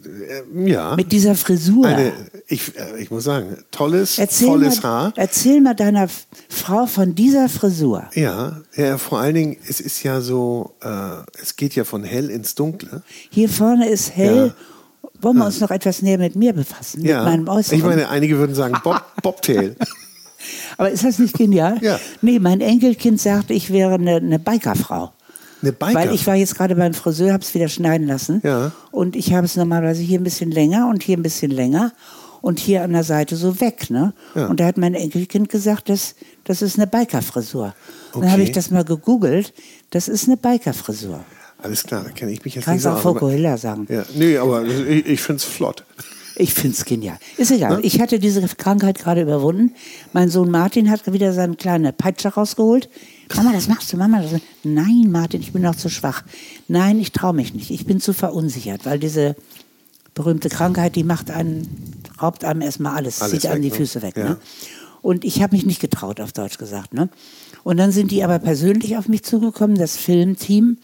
Ja. Mit dieser Frisur. Ich muss sagen, volles Haar. Erzähl mal deiner Frau von dieser Frisur. Ja, vor allen Dingen, es ist ja so, es geht ja von hell ins Dunkle. Hier vorne ist hell. Ja. Wollen wir uns noch etwas näher mit mir befassen? Ja. Mit meinem Äußeren? Ich meine, einige würden sagen Bobtail. Aber ist das nicht genial? Ja. Nee, mein Enkelkind sagte, ich wäre eine Bikerfrau. Eine Biker? Weil ich war jetzt gerade beim Friseur, habe es wieder schneiden lassen. Ja. Und ich habe es normalerweise hier ein bisschen länger und hier ein bisschen länger und hier an der Seite so weg. Ne? Ja. Und da hat mein Enkelkind gesagt, das ist eine Bikerfrisur. Okay. Dann habe ich das mal gegoogelt. Das ist eine Bikerfrisur. Alles klar, da kenne ich mich jetzt Kannst nicht so auch Fokuhila sagen. Ja. Nee, aber ich finde es flott. Ich finde es genial. Ist egal. Ich hatte diese Krankheit gerade überwunden. Mein Sohn Martin hat wieder seine kleine Peitsche rausgeholt. Mama, das machst du, Mama. Nein, Martin, ich bin noch zu schwach. Nein, ich traue mich nicht. Ich bin zu verunsichert, weil diese berühmte Krankheit, die raubt einem erstmal alles zieht einem die Füße weg. Ja. Ne? Und ich habe mich nicht getraut, auf Deutsch gesagt. Ne? Und dann sind die aber persönlich auf mich zugekommen, das Filmteam.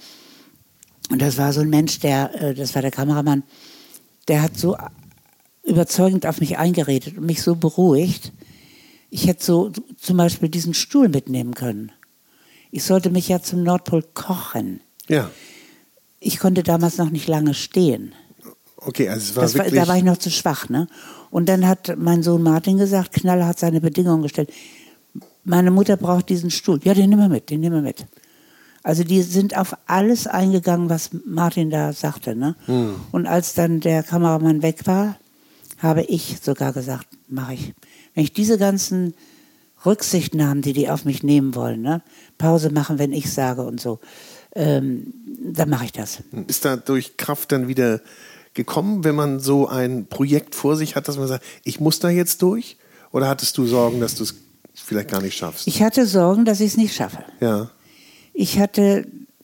Und das war so ein Mensch, das war der Kameramann, der hat so überzeugend auf mich eingeredet und mich so beruhigt. Ich hätte so zum Beispiel diesen Stuhl mitnehmen können. Ich sollte mich ja zum Nordpol kochen. Ja. Ich konnte damals noch nicht lange stehen. Okay, also es war wirklich... Da war ich noch zu schwach, ne? Und dann hat mein Sohn Martin gesagt, Knaller hat seine Bedingungen gestellt. Meine Mutter braucht diesen Stuhl. Ja, den nehmen wir mit. Also die sind auf alles eingegangen, was Martin da sagte, ne? Und als dann der Kameramann weg war, habe ich sogar gesagt, mache ich. Wenn ich diese ganzen Rücksichtnahmen, die auf mich nehmen wollen, ne? Pause machen, wenn ich sage und so, dann mache ich das. Ist da durch Kraft dann wieder gekommen, wenn man so ein Projekt vor sich hat, dass man sagt, ich muss da jetzt durch? Oder hattest du Sorgen, dass du es vielleicht gar nicht schaffst? Ich hatte Sorgen, dass ich es nicht schaffe. Ja. Ich hatte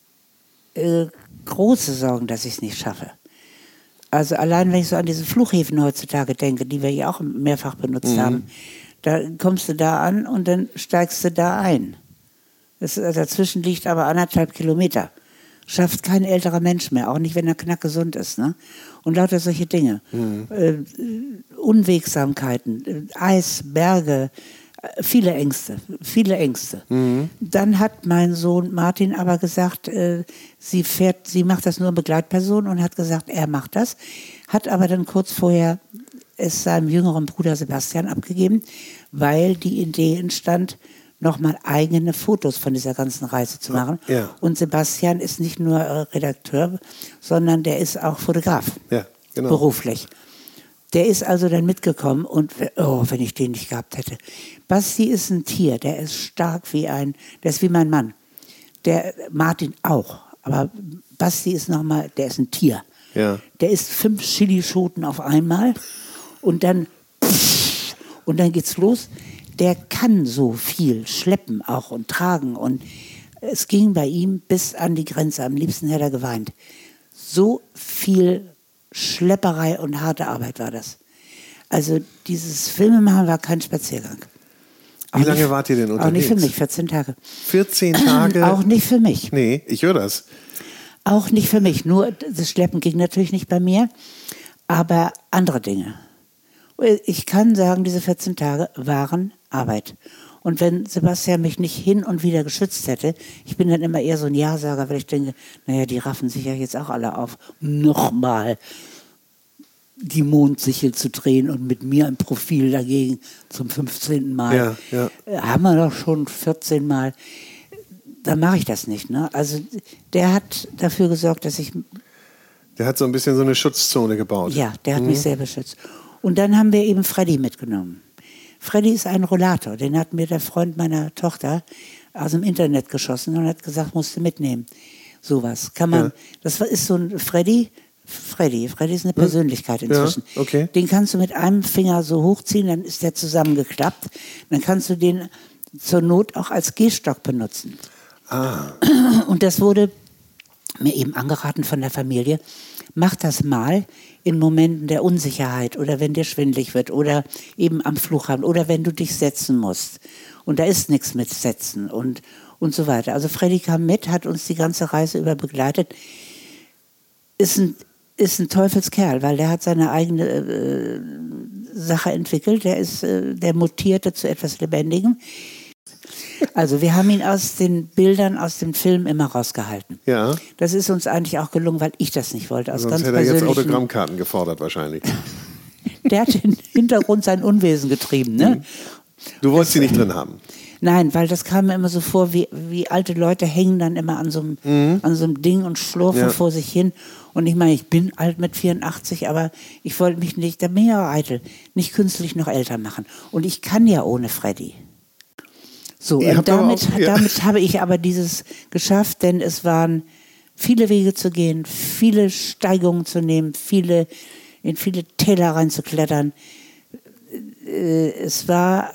große Sorgen, dass ich es nicht schaffe. Also allein, wenn ich so an diese Flughäfen heutzutage denke, die wir ja auch mehrfach benutzt haben, da kommst du da an und dann steigst du da ein. Dazwischen liegt aber 1,5 Kilometer. Schafft kein älterer Mensch mehr, auch nicht, wenn er knackgesund ist. Ne? Und lauter solche Dinge. Unwegsamkeiten, Eis, Berge, viele Ängste. Dann hat mein Sohn Martin aber gesagt, sie macht das nur in Begleitperson und hat gesagt, er macht das. Hat aber dann kurz vorher es seinem jüngeren Bruder Sebastian abgegeben, weil die Idee entstand, nochmal eigene Fotos von dieser ganzen Reise zu machen. Ja. Und Sebastian ist nicht nur Redakteur, sondern der ist auch Fotograf, ja, genau. Beruflich. Der ist also dann mitgekommen und, wenn ich den nicht gehabt hätte. Basti ist ein Tier, der ist stark der ist wie mein Mann. Der Martin auch, aber Basti ist der ist ein Tier. Ja. Der isst 5 Chilischoten auf einmal und dann geht's los. Der kann so viel schleppen auch und tragen und es ging bei ihm bis an die Grenze. Am liebsten hätte er geweint. So viel Schlepperei und harte Arbeit war das. Also dieses Filmemachen war kein Spaziergang. Wie lange wart ihr denn unterwegs? Auch nicht für mich, 14 Tage. 14 Tage? Auch nicht für mich. Nee, ich höre das. Auch nicht für mich. Nur das Schleppen ging natürlich nicht bei mir, aber andere Dinge. Ich kann sagen, diese 14 Tage waren Arbeit. Und wenn Sebastian mich nicht hin und wieder geschützt hätte, ich bin dann immer eher so ein Ja-Sager, weil ich denke, naja, die raffen sich ja jetzt auch alle auf, nochmal die Mondsichel zu drehen und mit mir ein Profil dagegen zum 15. Mal. Ja. Haben wir doch schon 14 Mal. Dann mache ich das nicht. Ne? Also der hat dafür gesorgt, dass ich... Der hat so ein bisschen so eine Schutzzone gebaut. Ja, der hat mich sehr beschützt. Und dann haben wir eben Freddy mitgenommen. Freddy ist ein Rollator, den hat mir der Freund meiner Tochter aus dem Internet geschossen und hat gesagt, musst du mitnehmen. Sowas kann man, das ist so ein Freddy ist eine Persönlichkeit inzwischen. Ja, okay. Den kannst du mit einem Finger so hochziehen, dann ist der zusammengeklappt. Dann kannst du den zur Not auch als Gehstock benutzen. Und das wurde mir eben angeraten von der Familie, mach das mal in Momenten der Unsicherheit oder wenn dir schwindelig wird oder eben am Flughafen oder wenn du dich setzen musst. Und da ist nichts mit Setzen. Und und so weiter. Also Freddy kam mit, hat uns die ganze Reise über begleitet. Ist ein Teufelskerl, weil der hat seine eigene Sache entwickelt. Der mutierte zu etwas Lebendigem. Also wir haben ihn aus den Bildern, aus dem Film immer rausgehalten. Ja. Das ist uns eigentlich auch gelungen, weil ich das nicht wollte. Aus Sonst ganz hätte er jetzt persönlichen- Autogrammkarten gefordert wahrscheinlich. Der hat im Hintergrund sein Unwesen getrieben. Ne? Du wolltest sie nicht drin haben. Nein, weil das kam mir immer so vor, wie alte Leute hängen dann immer an so einem Ding und schlurfen vor sich hin. Und ich meine, ich bin alt mit 84, aber ich wollte mich nicht, da bin ich ja eitel, nicht künstlich noch älter machen. Und ich kann ja ohne Freddy. So, Ihr und habt aber damit, auch- ja. damit habe ich aber dieses geschafft, denn es waren viele Wege zu gehen, viele Steigungen zu nehmen, in viele Täler reinzuklettern. Es war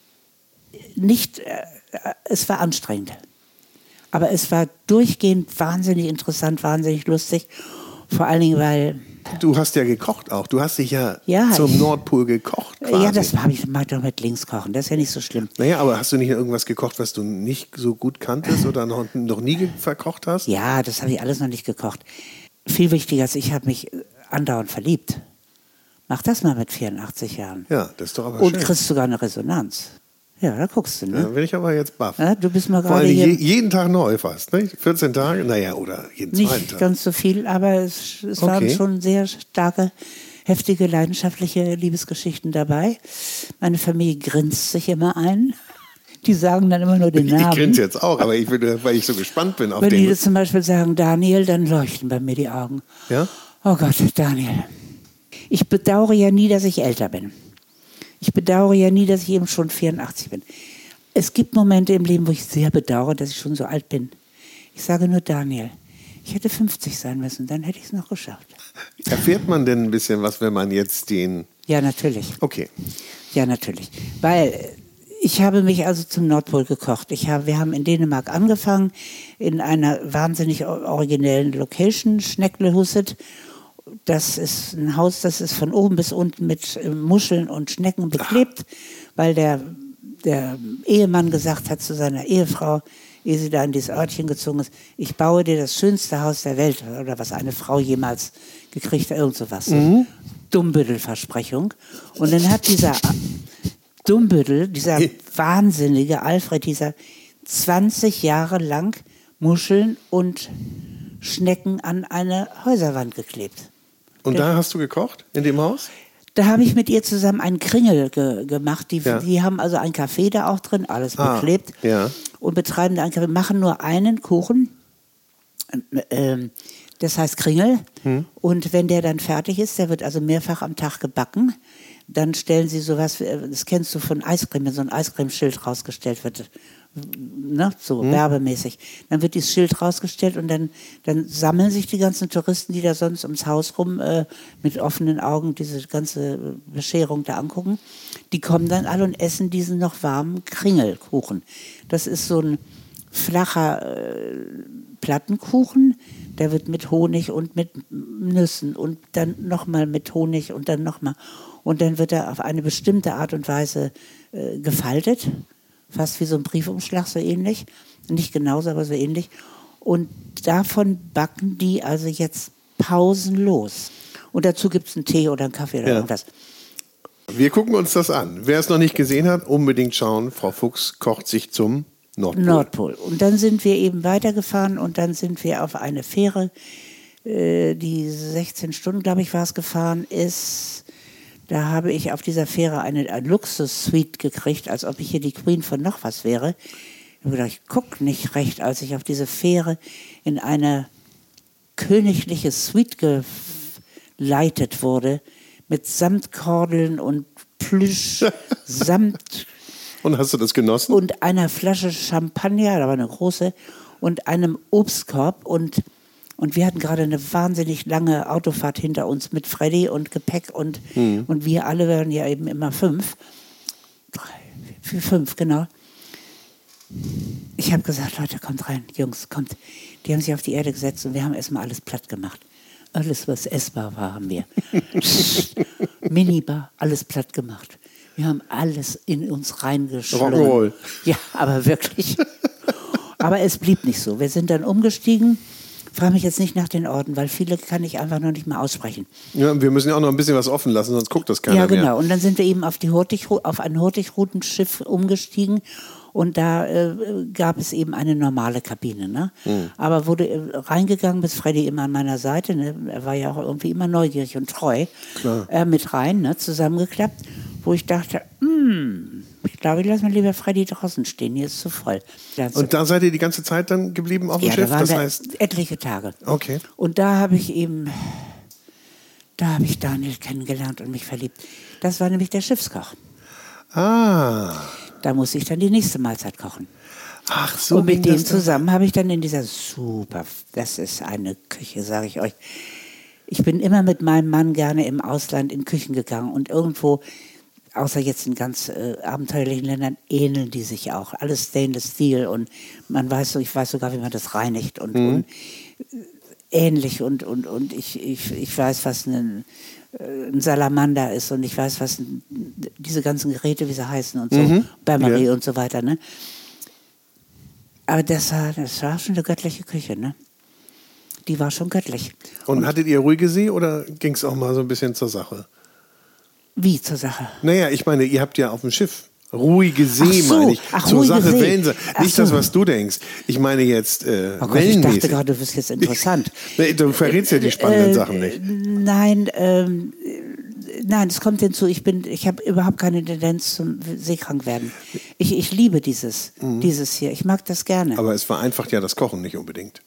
anstrengend. Aber es war durchgehend wahnsinnig interessant, wahnsinnig lustig. Vor allen Dingen, weil... Du hast ja gekocht auch. Du hast dich ja, Ja, zum ich- Nordpol gekocht quasi. Ja, das mag doch mit links kochen. Das ist ja nicht so schlimm. Naja, aber hast du nicht irgendwas gekocht, was du nicht so gut kanntest oder noch nie verkocht hast? Ja, das habe ich alles noch nicht gekocht. Viel wichtiger ist, ich habe mich andauernd verliebt. Mach das mal mit 84 Jahren. Ja, das ist doch aber Und schön. kriegst sogar eine Resonanz. Ja, da guckst du, ne? Da bin ich aber jetzt baff. Ja, du bist mal Vor gerade allem hier... jeden Tag neu fast, ne? 14 Tage, naja, oder jeden zweiten Nicht Tag. ganz so viel, aber es waren Okay. schon sehr starke, heftige, leidenschaftliche Liebesgeschichten dabei. Meine Familie grinst sich immer ein. Die sagen dann immer nur den Ich Namen. grinse jetzt auch, aber weil ich so gespannt bin auf Wenn die den. das zum Beispiel sagen, Daniel, dann leuchten bei mir die Augen. Ja? Oh Gott, Daniel. Ich bedauere ja nie, dass ich älter bin. Ich bedauere ja nie, dass ich eben schon 84 bin. Es gibt Momente im Leben, wo ich sehr bedauere, dass ich schon so alt bin. Ich sage nur, Daniel, ich hätte 50 sein müssen, dann hätte ich es noch geschafft. Erfährt man denn ein bisschen was, wenn man jetzt den. Ja, natürlich. Okay. Ja, natürlich. Weil ich habe mich also zum Nordpol gekocht. Wir haben in Dänemark angefangen, in einer wahnsinnig originellen Location, Schnecklehuset. Das ist ein Haus, das ist von oben bis unten mit Muscheln und Schnecken beklebt, weil der Ehemann gesagt hat zu seiner Ehefrau, ehe sie da in dieses Örtchen gezogen ist, ich baue dir das schönste Haus der Welt, oder was eine Frau jemals gekriegt hat, irgend sowas. Dummbüttel-Versprechung. Und dann hat dieser Dummbüttel, dieser wahnsinnige Alfred, dieser 20 Jahre lang Muscheln und Schnecken an eine Häuserwand geklebt. Und da hast du gekocht? In dem Haus? Da habe ich mit ihr zusammen einen Kringel gemacht. Die Ja. haben also ein Café da auch drin, alles beklebt. Ja. Und betreiben da einen Café, machen nur einen Kuchen. Das heißt Kringel. Und wenn der dann fertig ist, der wird also mehrfach am Tag gebacken, dann stellen sie sowas, das kennst du von Eiscreme, wenn so ein Eiscremeschild rausgestellt wird, ne, so werbemäßig. Dann wird dieses Schild rausgestellt und dann sammeln sich die ganzen Touristen, die da sonst ums Haus rum mit offenen Augen diese ganze Bescherung da angucken. Die kommen dann alle und essen diesen noch warmen Kringelkuchen. Das ist so ein flacher Plattenkuchen, der wird mit Honig und mit Nüssen und dann nochmal mit Honig und dann nochmal. Und dann wird er auf eine bestimmte Art und Weise gefaltet, fast wie so ein Briefumschlag, so ähnlich. Nicht genauso, aber so ähnlich. Und davon backen die also jetzt pausenlos. Und dazu gibt es einen Tee oder einen Kaffee oder irgendwas. Wir gucken uns das an. Wer es noch nicht gesehen hat, unbedingt schauen. Frau Fuchs kocht sich zum Nordpol. Und dann sind wir eben weitergefahren und dann sind wir auf eine Fähre, die 16 Stunden, glaube ich, war es, gefahren ist. Da habe ich auf dieser Fähre eine Luxus-Suite gekriegt, als ob ich hier die Queen von noch was wäre. Ich habe gedacht, ich gucke nicht recht, als ich auf diese Fähre in eine königliche Suite geleitet wurde, mit Samtkordeln und Plüsch, Samt Und hast du das genossen? und einer Flasche Champagner, da war eine große, und einem Obstkorb. Und wir hatten gerade eine wahnsinnig lange Autofahrt hinter uns mit Freddy und Gepäck. Und wir alle waren ja eben immer 5. 5, genau. Ich habe gesagt, Leute, kommt rein, Jungs, kommt. Die haben sich auf die Erde gesetzt und wir haben erstmal alles platt gemacht. Alles, was essbar war, haben wir. Minibar, alles platt gemacht. Wir haben alles in uns reingeschlungen. Rock'n'Roll. Ja, aber wirklich. Aber es blieb nicht so. Wir sind dann umgestiegen. Frage mich jetzt nicht nach den Orten, weil viele kann ich einfach noch nicht mal aussprechen. Ja, wir müssen ja auch noch ein bisschen was offen lassen, sonst guckt das keiner mehr. Ja, genau. Und dann sind wir eben auf ein Hurtigrutenschiff umgestiegen. Und da gab es eben eine normale Kabine. Ne? Aber wurde reingegangen, bis Freddy immer an meiner Seite. Ne? Er war ja auch irgendwie immer neugierig und treu. Mit rein, ne? Zusammengeklappt. Wo ich dachte, ich glaube, ich lasse mal lieber Freddy draußen stehen. Hier ist zu voll. Und da seid ihr die ganze Zeit dann geblieben auf dem Schiff? Da waren das etliche Tage. Okay. Und da habe ich Daniel kennengelernt und mich verliebt. Das war nämlich der Schiffskoch. Ah. Da musste ich dann die nächste Mahlzeit kochen. Ach so. Und mit dem zusammen habe ich dann in dieser das ist eine Küche, sage ich euch. Ich bin immer mit meinem Mann gerne im Ausland in Küchen gegangen und irgendwo, außer jetzt in ganz abenteuerlichen Ländern, ähneln die sich auch. Alles Stainless Steel und ich weiß sogar, wie man das reinigt und ähnlich und ich weiß, was ein Salamander ist und ich weiß, was diese ganzen Geräte, wie sie heißen und so, Bain-Marie und so weiter, ne? Aber das war schon eine göttliche Küche, ne? Die war schon göttlich. Und hattet ihr ruhige See oder ging es auch mal so ein bisschen zur Sache? Wie zur Sache? Naja, ich meine, ihr habt ja auf dem Schiff ruhige See, meine ich. Ach, zur ruhige Sache See. Wellen. Nicht das, was du denkst. Ich meine jetzt Gott, ich dachte gerade, du bist jetzt interessant. Nee, du verrätst ja die spannenden Sachen nicht. Nein, es kommt hinzu, ich habe überhaupt keine Tendenz zum seekrank werden. Ich liebe dieses hier. Ich mag das gerne. Aber es vereinfacht ja das Kochen nicht unbedingt.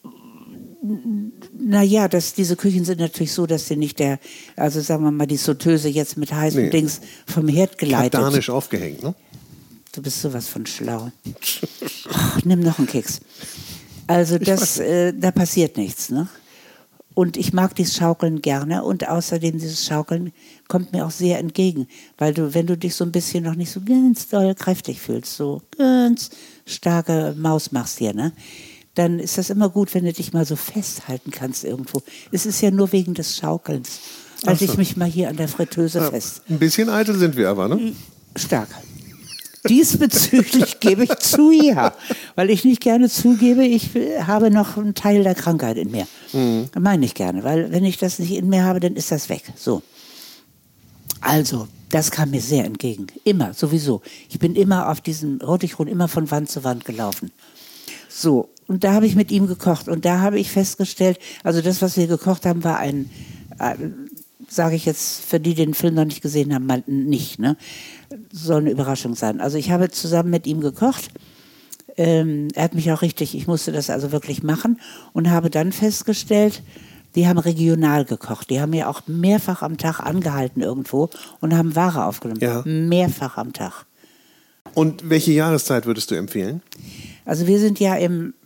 Naja, diese Küchen sind natürlich so, dass sie nicht also sagen wir mal, die Sauteuse jetzt mit heißen Dings vom Herd geleitet. Kardanisch aufgehängt, ne? Du bist sowas von schlau. Nimm noch einen Keks. Also da passiert nichts, ne? Und ich mag dieses Schaukeln gerne und außerdem dieses Schaukeln kommt mir auch sehr entgegen, weil wenn du dich so ein bisschen noch nicht so ganz doll kräftig fühlst, so ganz starke Maus machst hier, ne? Dann ist das immer gut, wenn du dich mal so festhalten kannst irgendwo. Es ist ja nur wegen des Schaukelns. Halte ich mich mal hier an der Fritteuse fest. Ein bisschen eitel sind wir aber, ne? Stark. Diesbezüglich gebe ich zu, ja. Weil ich nicht gerne zugebe, ich habe noch einen Teil der Krankheit in mir. Meine ich gerne, weil wenn ich das nicht in mir habe, dann ist das weg. So. Also, das kam mir sehr entgegen. Immer, sowieso. Ich bin immer auf diesem Hurtigruten immer von Wand zu Wand gelaufen. So, und da habe ich mit ihm gekocht. Und da habe ich festgestellt, also das, was wir gekocht haben, war sage ich jetzt, für die den Film noch nicht gesehen haben, mal nicht, ne? Soll eine Überraschung sein. Also ich habe zusammen mit ihm gekocht. Er hat mich auch ich musste das also wirklich machen und habe dann festgestellt, die haben regional gekocht. Die haben ja auch mehrfach am Tag angehalten irgendwo und haben Ware aufgenommen. Ja. Mehrfach am Tag. Und welche Jahreszeit würdest du empfehlen? Also wir sind ja im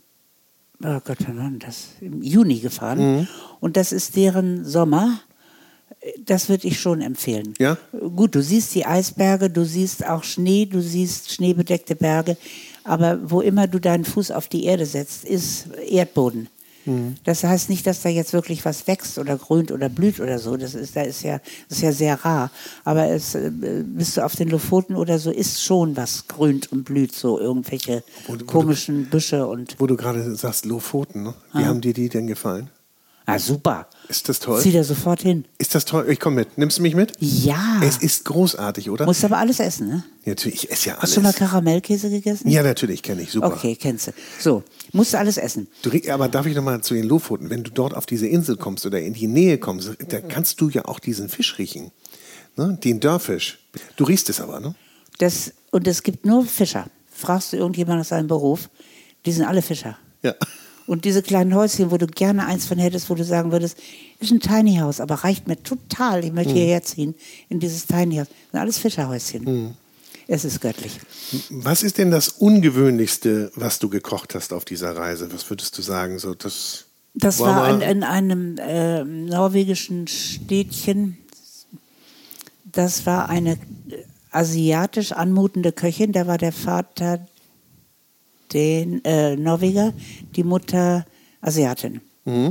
Juni gefahren und das ist deren Sommer. Das würde ich schon empfehlen. Ja? Gut, du siehst die Eisberge, du siehst auch Schnee, du siehst schneebedeckte Berge, aber wo immer du deinen Fuß auf die Erde setzt, ist Erdboden. Das heißt nicht, dass da jetzt wirklich was wächst oder grünt oder blüht oder so. Das ist ja sehr rar. Aber bist du auf den Lofoten oder so, ist schon was grünt und blüht, so irgendwelche komischen Büsche. Wo du gerade sagst, Lofoten, ne? Wie haben dir die denn gefallen? Ah, super. Ist das toll? Zieh da sofort hin. Ist das toll? Ich komme mit. Nimmst du mich mit? Ja. Es ist großartig, oder? Musst aber alles essen, ne? Ja, natürlich, ich esse ja alles. Hast du mal Karamellkäse gegessen? Ja, natürlich, kenne ich, super. Okay, kennst du. So, musst du alles essen. Aber darf ich noch mal zu den Lofoten? Wenn du dort auf diese Insel kommst oder in die Nähe kommst, da kannst du ja auch diesen Fisch riechen. Ne? Den Dörrfisch. Du riechst es aber, ne? Und es gibt nur Fischer. Fragst du irgendjemanden aus seinem Beruf, die sind alle Fischer. Ja. Und diese kleinen Häuschen, wo du gerne eins von hättest, wo du sagen würdest, ist ein Tiny House, aber reicht mir total, ich möchte hierher ziehen, in dieses Tiny House. Das sind alles Fischerhäuschen. Es ist göttlich. Was ist denn das Ungewöhnlichste, was du gekocht hast auf dieser Reise? Was würdest du sagen? So, das war in einem norwegischen Städtchen. Das war eine asiatisch anmutende Köchin, da war der Vater Norweger, die Mutter Asiatin.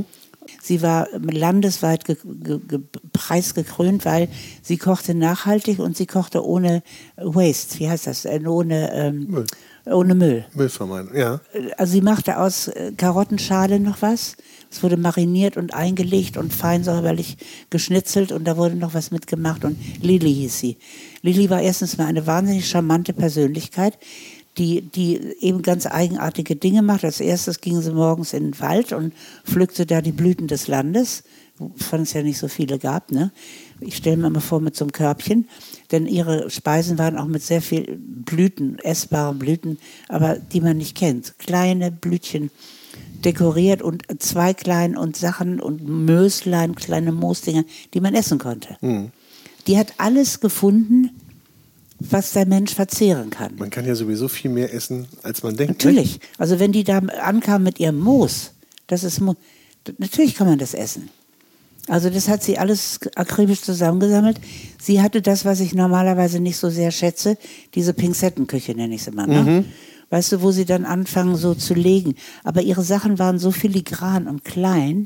Sie war landesweit preisgekrönt, weil sie kochte nachhaltig und sie kochte ohne Waste. Wie heißt das? Müll. Ohne Müll. Müllvermeidung, ja. Also sie machte aus Karottenschale noch was. Es wurde mariniert und eingelegt und fein säuberlich geschnitzelt und da wurde noch was mitgemacht und Lili hieß sie. Lili war erstens mal eine wahnsinnig charmante Persönlichkeit, die eben ganz eigenartige Dinge macht. Als erstes ging sie morgens in den Wald und pflückte da die Blüten des Landes, wovon es ja nicht so viele gab, ne? Ich stelle mir mal vor mit so einem Körbchen, denn ihre Speisen waren auch mit sehr viel Blüten, essbaren Blüten, aber die man nicht kennt. Kleine Blütchen dekoriert und Zweiglein und Sachen und Möslein, kleine Moosdinger, die man essen konnte. Mhm. Die hat alles gefunden, was der Mensch verzehren kann. Man kann ja sowieso viel mehr essen, als man denkt. Natürlich. Ne? Also wenn die da ankam mit ihrem Moos, natürlich kann man das essen. Also das hat sie alles akribisch zusammengesammelt. Sie hatte das, was ich normalerweise nicht so sehr schätze, diese Pinzettenküche nenne ich sie mal. Ne? Mhm. Weißt du, wo sie dann anfangen so zu legen. Aber ihre Sachen waren so filigran und klein,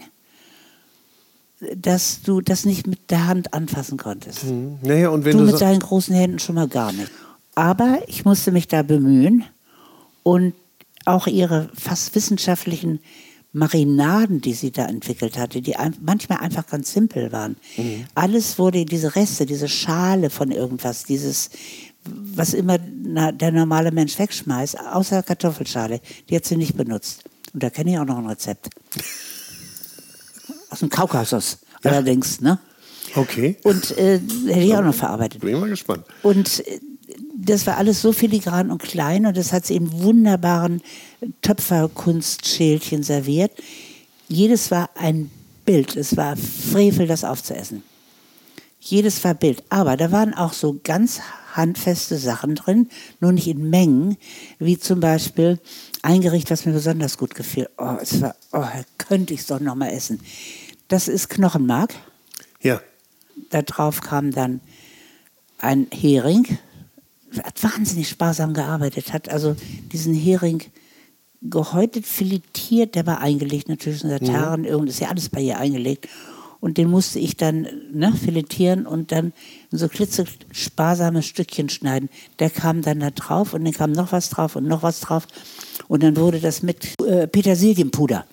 dass du das nicht mit der Hand anfassen konntest. Mhm. Naja, und wenn du mit deinen großen Händen schon mal gar nicht. Aber ich musste mich da bemühen und auch ihre fast wissenschaftlichen Marinaden, die sie da entwickelt hatte, die manchmal einfach ganz simpel waren. Mhm. Alles wurde, diese Reste, diese Schale von irgendwas, dieses, was immer der normale Mensch wegschmeißt, außer Kartoffelschale, die hat sie nicht benutzt. Und da kenne ich auch noch ein Rezept. Aus dem Kaukasus, ja. Allerdings, ne? Okay. Und hätte ich auch noch verarbeitet. Bin ich mal gespannt. Und das war alles so filigran und klein und das hat sie in wunderbaren Töpferkunstschälchen serviert. Jedes war ein Bild. Es war Frevel, das aufzuessen. Jedes war Bild. Aber da waren auch so ganz handfeste Sachen drin, nur nicht in Mengen, wie zum Beispiel ein Gericht, was mir besonders gut gefiel. Könnte ich es doch noch mal essen. Das ist Knochenmark. Ja. Da drauf kam dann ein Hering. Hat wahnsinnig sparsam gearbeitet, hat also diesen Hering gehäutet, filetiert, der war eingelegt, natürlich in der Tarn, ist ja alles bei ihr eingelegt. Und den musste ich dann filetieren und dann in so klitzesparsame Stückchen schneiden. Der kam dann da drauf und dann kam noch was drauf und noch was drauf. Und dann wurde das mit Petersilienpuder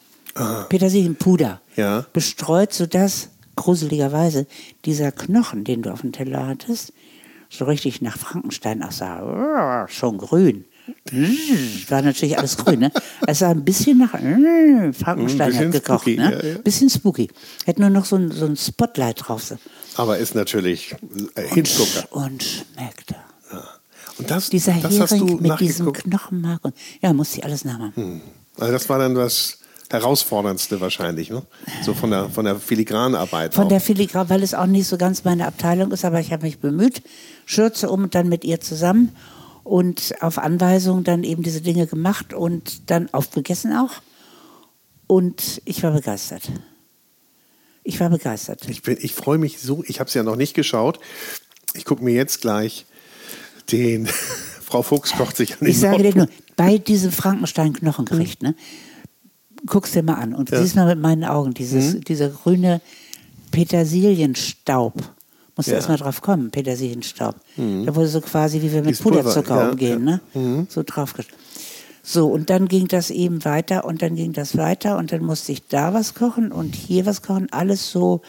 bestreut, sodass gruseligerweise dieser Knochen, den du auf dem Teller hattest, so richtig nach Frankenstein aussah. Schon grün. War natürlich alles grün, ne? Es sah ein bisschen nach Frankenstein hat gekocht, spooky, ne? Ja. Bisschen spooky. Hätte nur noch so ein Spotlight drauf. Aber ist natürlich Hingucker. Und schmeckt. Ja. Und dieser das Hering hast du mit diesem Knochenmark. Musste ich alles nachmachen. Also das war dann das Herausforderndste wahrscheinlich, ne? So von der Filigranarbeit. Von der Filigran, weil es auch nicht so ganz meine Abteilung ist, aber ich habe mich bemüht. Schürze um und dann mit ihr zusammen und auf Anweisung dann eben diese Dinge gemacht und dann aufgegessen auch. Und ich war begeistert. Ich freue mich so, ich habe es ja noch nicht geschaut. Ich gucke mir jetzt gleich den Frau Fuchs kocht sich an den Ich sage dir nur, bei diesem Frankenstein-Knochengericht, ne? Guck's dir mal an und siehst mal mit meinen Augen, dieser grüne Petersilienstaub. Musst du erst mal drauf kommen, Petersilienstaub. Da wurde so quasi, wie wir mit Puderzucker umgehen, ne? So draufgestellt. So, und dann ging das eben weiter und dann ging das weiter und dann musste ich da was kochen und hier was kochen. Alles so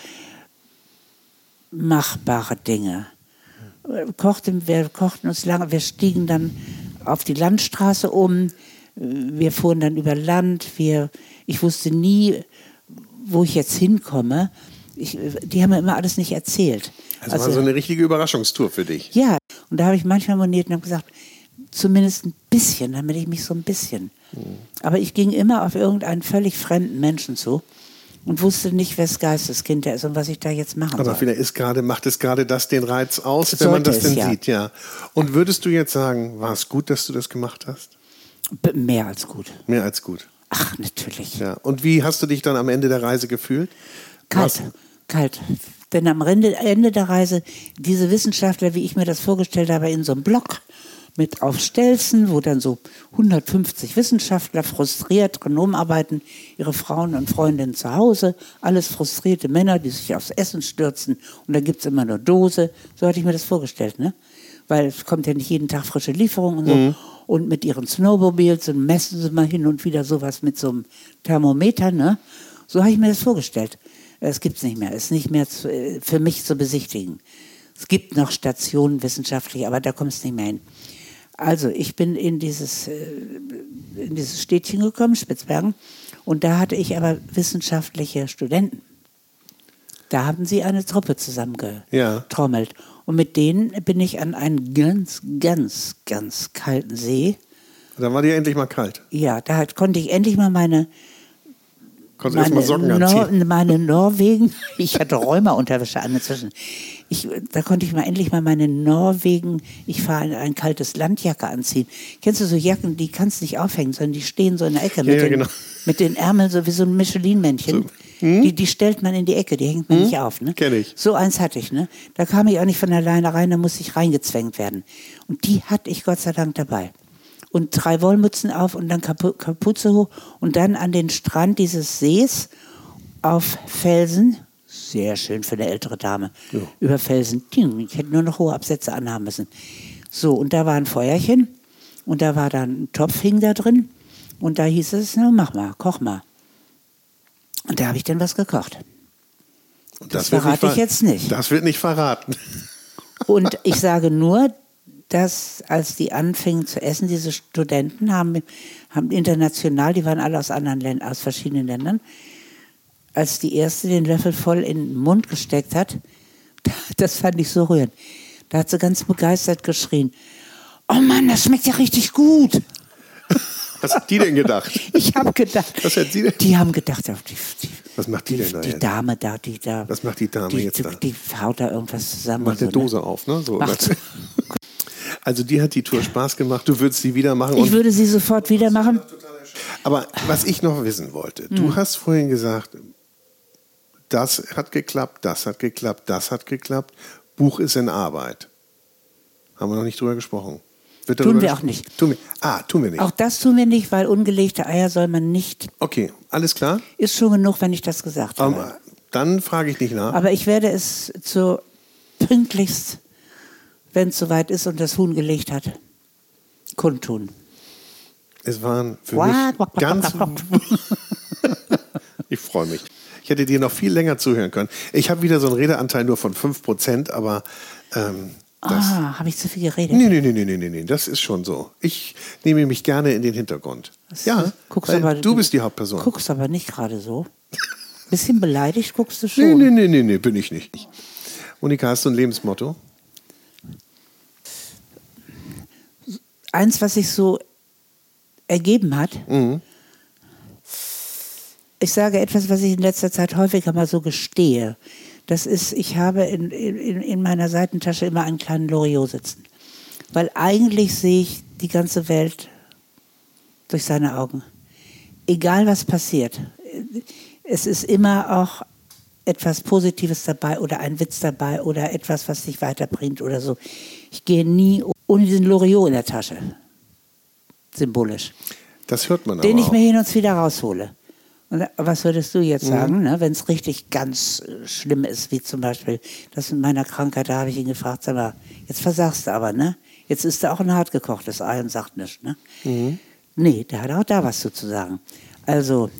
machbare Dinge. Wir kochten uns lange, wir stiegen dann auf die Landstraße um. Wir fuhren dann über Land. Ich wusste nie, wo ich jetzt hinkomme. Die haben mir immer alles nicht erzählt. Das war so eine richtige Überraschungstour für dich. Ja, und da habe ich manchmal moniert und habe gesagt, zumindest ein bisschen, damit ich mich so ein bisschen. Aber ich ging immer auf irgendeinen völlig fremden Menschen zu und wusste nicht, wes Geisteskind der ist und was ich da jetzt machen soll. Aber vielleicht macht es gerade das den Reiz aus, wenn man das denn sieht. Ja. Und würdest du jetzt sagen, war es gut, dass du das gemacht hast? Mehr als gut. Mehr als gut. Ach, natürlich. Ja. Und wie hast du dich dann am Ende der Reise gefühlt? Kalt. Denn am Ende der Reise, diese Wissenschaftler, wie ich mir das vorgestellt habe, in so einem Block mit auf Stelzen, wo dann so 150 Wissenschaftler frustriert drin arbeiten, ihre Frauen und Freundinnen zu Hause, alles frustrierte Männer, die sich aufs Essen stürzen und da gibt es immer nur Dose. So hatte ich mir das vorgestellt, ne? Weil es kommt ja nicht jeden Tag frische Lieferung und so. Und mit ihren Snowmobiles und messen sie mal hin und wieder sowas mit so einem Thermometer, ne? So habe ich mir das vorgestellt. Es gibt es nicht mehr. Es ist nicht mehr für mich zu besichtigen. Es gibt noch Stationen wissenschaftlich, aber da kommt es nicht mehr hin. Also ich bin in dieses Städtchen gekommen, Spitzbergen, und da hatte ich aber wissenschaftliche Studenten. Da haben sie eine Truppe zusammengetrommelt. Und mit denen bin ich an einen ganz, ganz, ganz kalten See. Da war dir endlich mal kalt. Ja, da konnte ich endlich mal meine Socken anziehen. Meine Norwegen, ich hatte Rheuma-Unterwäsche an inzwischen. Da konnte ich endlich mal meine Norwegen, ich fahre in ein kaltes Landjacke anziehen. Kennst du so Jacken, die kannst du nicht aufhängen, sondern die stehen so in der Ecke mit den Ärmeln, so wie so ein Michelin-Männchen. So. Die stellt man in die Ecke, die hängt man nicht auf. Ne? Kenn ich. So eins hatte ich. Ne? Da kam ich auch nicht von alleine rein, da musste ich reingezwängt werden. Und die hatte ich Gott sei Dank dabei. Und 3 Wollmützen auf und dann Kapuze hoch und dann an den Strand dieses Sees auf Felsen, sehr schön für eine ältere Dame, über Felsen, ich hätte nur noch hohe Absätze anhaben müssen. So, und da war ein Feuerchen und da war dann ein Topf hing da drin und da hieß es, na, mach mal, koch mal. Und da habe ich dann was gekocht. Und das verrate ich jetzt nicht. Das wird nicht verraten. Und ich sage nur, dass als die anfingen zu essen, diese Studenten haben international, die waren alle aus anderen Ländern, aus verschiedenen Ländern, als die erste den Löffel voll in den Mund gesteckt hat, das fand ich so rührend. Da hat sie ganz begeistert geschrien, oh Mann, das schmeckt ja richtig gut. Was hat die denn gedacht? Ich habe gedacht. Was hat sie denn? Die haben gedacht, was macht die denn da die jetzt? Dame da, die da. Was macht die Dame jetzt da? Die haut da irgendwas zusammen. Macht eine Dose auf, ne? So. Also dir hat die Tour Spaß gemacht, du würdest sie wieder machen? Ich würde sie sofort wieder machen. Aber was ich noch wissen wollte, du hast vorhin gesagt, das hat geklappt, das hat geklappt, das hat geklappt, Buch ist in Arbeit. Haben wir noch nicht drüber gesprochen. Tun wir auch nicht. Tun wir nicht. Auch das tun wir nicht, weil ungelegte Eier soll man nicht. Okay, alles klar. Ist schon genug, wenn ich das gesagt habe. Dann frage ich nicht nach. Aber ich werde es pünktlichst, wenn es soweit ist und das Huhn gelegt hat, kundtun. Es waren für mich ganz... Ich freue mich. Ich hätte dir noch viel länger zuhören können. Ich habe wieder so einen Redeanteil nur von 5%, aber... habe ich zu viel geredet? Nee, das ist schon so. Ich nehme mich gerne in den Hintergrund. Du bist die Hauptperson. Guckst aber nicht gerade so. Bisschen beleidigt guckst du schon. Nee, bin ich nicht. Monika, hast du ein Lebensmotto? Eins, was sich so ergeben hat. Ich sage etwas, was ich in letzter Zeit häufiger mal so gestehe. Das ist, ich habe in meiner Seitentasche immer einen kleinen Loriot sitzen. Weil eigentlich sehe ich die ganze Welt durch seine Augen. Egal was passiert. Es ist immer auch etwas Positives dabei oder ein Witz dabei oder etwas, was dich weiterbringt oder so. Ich gehe nie ohne diesen Loriot in der Tasche. Symbolisch. Das hört man aber den ich auch. mir hin und wieder raushole. Und was würdest du jetzt sagen, ne, wenn es richtig ganz schlimm ist, wie zum Beispiel das mit meiner Krankheit, da habe ich ihn gefragt, sag mal, jetzt versagst du aber, ne? Jetzt isst du auch ein hart gekochtes Ei und sagt nichts, ne? Nee, der hat auch da was zu sagen. Also,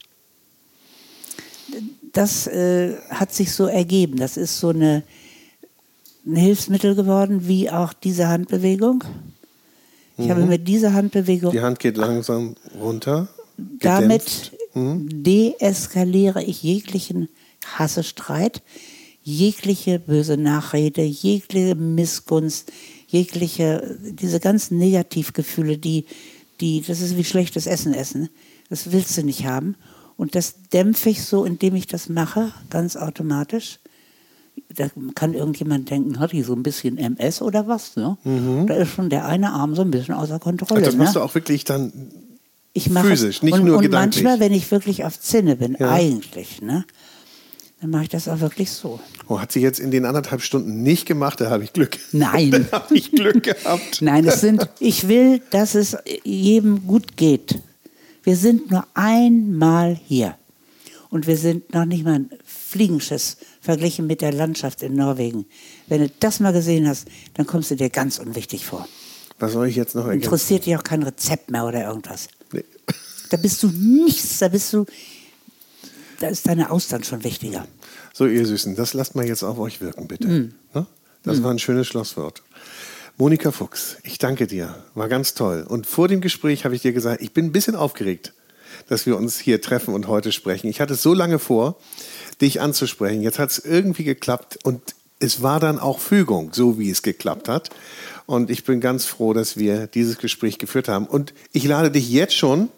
das hat sich so ergeben. Das ist so ein Hilfsmittel geworden, wie auch diese Handbewegung. Ich habe mit dieser Handbewegung... Die Hand geht langsam runter. Damit deeskaliere ich jeglichen Hassestreit, jegliche böse Nachrede, jegliche Missgunst, diese ganzen Negativgefühle, das ist wie schlechtes Essen. Das willst du nicht haben. Und das dämpfe ich so, indem ich das mache, ganz automatisch. Da kann irgendjemand denken, hat die so ein bisschen MS oder was? Ne? Da ist schon der eine Arm so ein bisschen außer Kontrolle. Das machst du auch wirklich dann ich mache physisch, nicht nur gedanklich. Und manchmal, wenn ich wirklich auf Zinne bin, eigentlich, ne, dann mache ich das auch wirklich so. Oh, hat sie jetzt in den 1,5 Stunden nicht gemacht, da habe ich Glück. Nein. Da habe ich Glück gehabt. Nein, ich will, dass es jedem gut geht. Wir sind nur einmal hier. Und wir sind noch nicht mal ein Fliegenschiss verglichen mit der Landschaft in Norwegen. Wenn du das mal gesehen hast, dann kommst du dir ganz unwichtig vor. Was soll ich jetzt noch ergänzen? Interessiert dich auch kein Rezept mehr oder irgendwas. Nee. Da bist du nichts, da ist deine Austern schon wichtiger. So, ihr Süßen, das lasst mal jetzt auf euch wirken, bitte. Ne? Das war ein schönes Schlusswort. Monika Fuchs, ich danke dir. War ganz toll. Und vor dem Gespräch habe ich dir gesagt, ich bin ein bisschen aufgeregt, dass wir uns hier treffen und heute sprechen. Ich hatte es so lange vor, dich anzusprechen. Jetzt hat es irgendwie geklappt und es war dann auch Fügung, so wie es geklappt hat. Und ich bin ganz froh, dass wir dieses Gespräch geführt haben. Und ich lade dich jetzt schon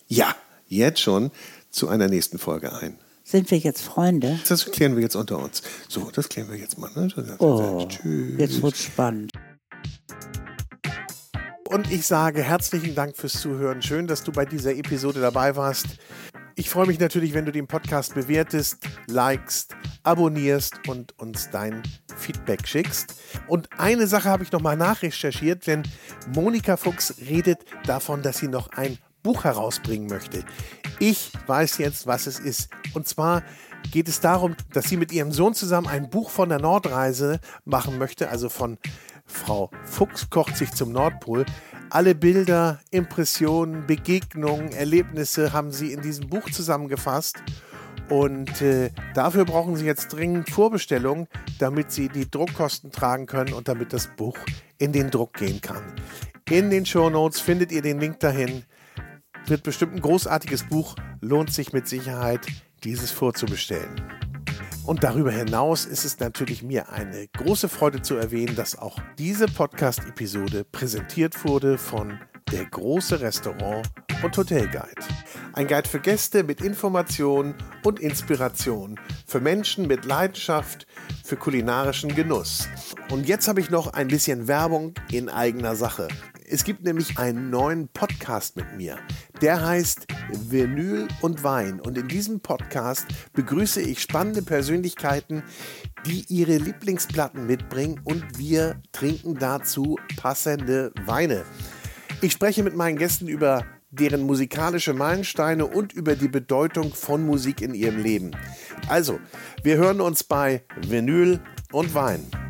zu einer nächsten Folge ein. Sind wir jetzt Freunde? Das klären wir jetzt unter uns. So, das klären wir jetzt mal. Ne? Tschüss. Jetzt wird's spannend. Und ich sage herzlichen Dank fürs Zuhören. Schön, dass du bei dieser Episode dabei warst. Ich freue mich natürlich, wenn du den Podcast bewertest, likest, abonnierst und uns dein Feedback schickst. Und eine Sache habe ich nochmal nachrecherchiert, denn Monika Fuchs redet davon, dass sie noch ein Buch herausbringen möchte. Ich weiß jetzt, was es ist. Und zwar geht es darum, dass sie mit ihrem Sohn zusammen ein Buch von der Nordreise machen möchte, also von Frau Fuchs kocht sich zum Nordpol. Alle Bilder, Impressionen, Begegnungen, Erlebnisse haben sie in diesem Buch zusammengefasst. Und dafür brauchen sie jetzt dringend Vorbestellungen, damit sie die Druckkosten tragen können und damit das Buch in den Druck gehen kann. In den Shownotes findet ihr den Link dahin. Wird bestimmt ein großartiges Buch, lohnt sich mit Sicherheit, dieses vorzubestellen. Und darüber hinaus ist es natürlich mir eine große Freude zu erwähnen, dass auch diese Podcast-Episode präsentiert wurde von Der große Restaurant- und Hotelguide. Ein Guide für Gäste mit Informationen und Inspiration, für Menschen mit Leidenschaft, für kulinarischen Genuss. Und jetzt habe ich noch ein bisschen Werbung in eigener Sache. Es gibt nämlich einen neuen Podcast mit mir. Der heißt Vinyl und Wein. Und in diesem Podcast begrüße ich spannende Persönlichkeiten, die ihre Lieblingsplatten mitbringen und wir trinken dazu passende Weine. Ich spreche mit meinen Gästen über deren musikalische Meilensteine und über die Bedeutung von Musik in ihrem Leben. Also, wir hören uns bei Vinyl und Wein.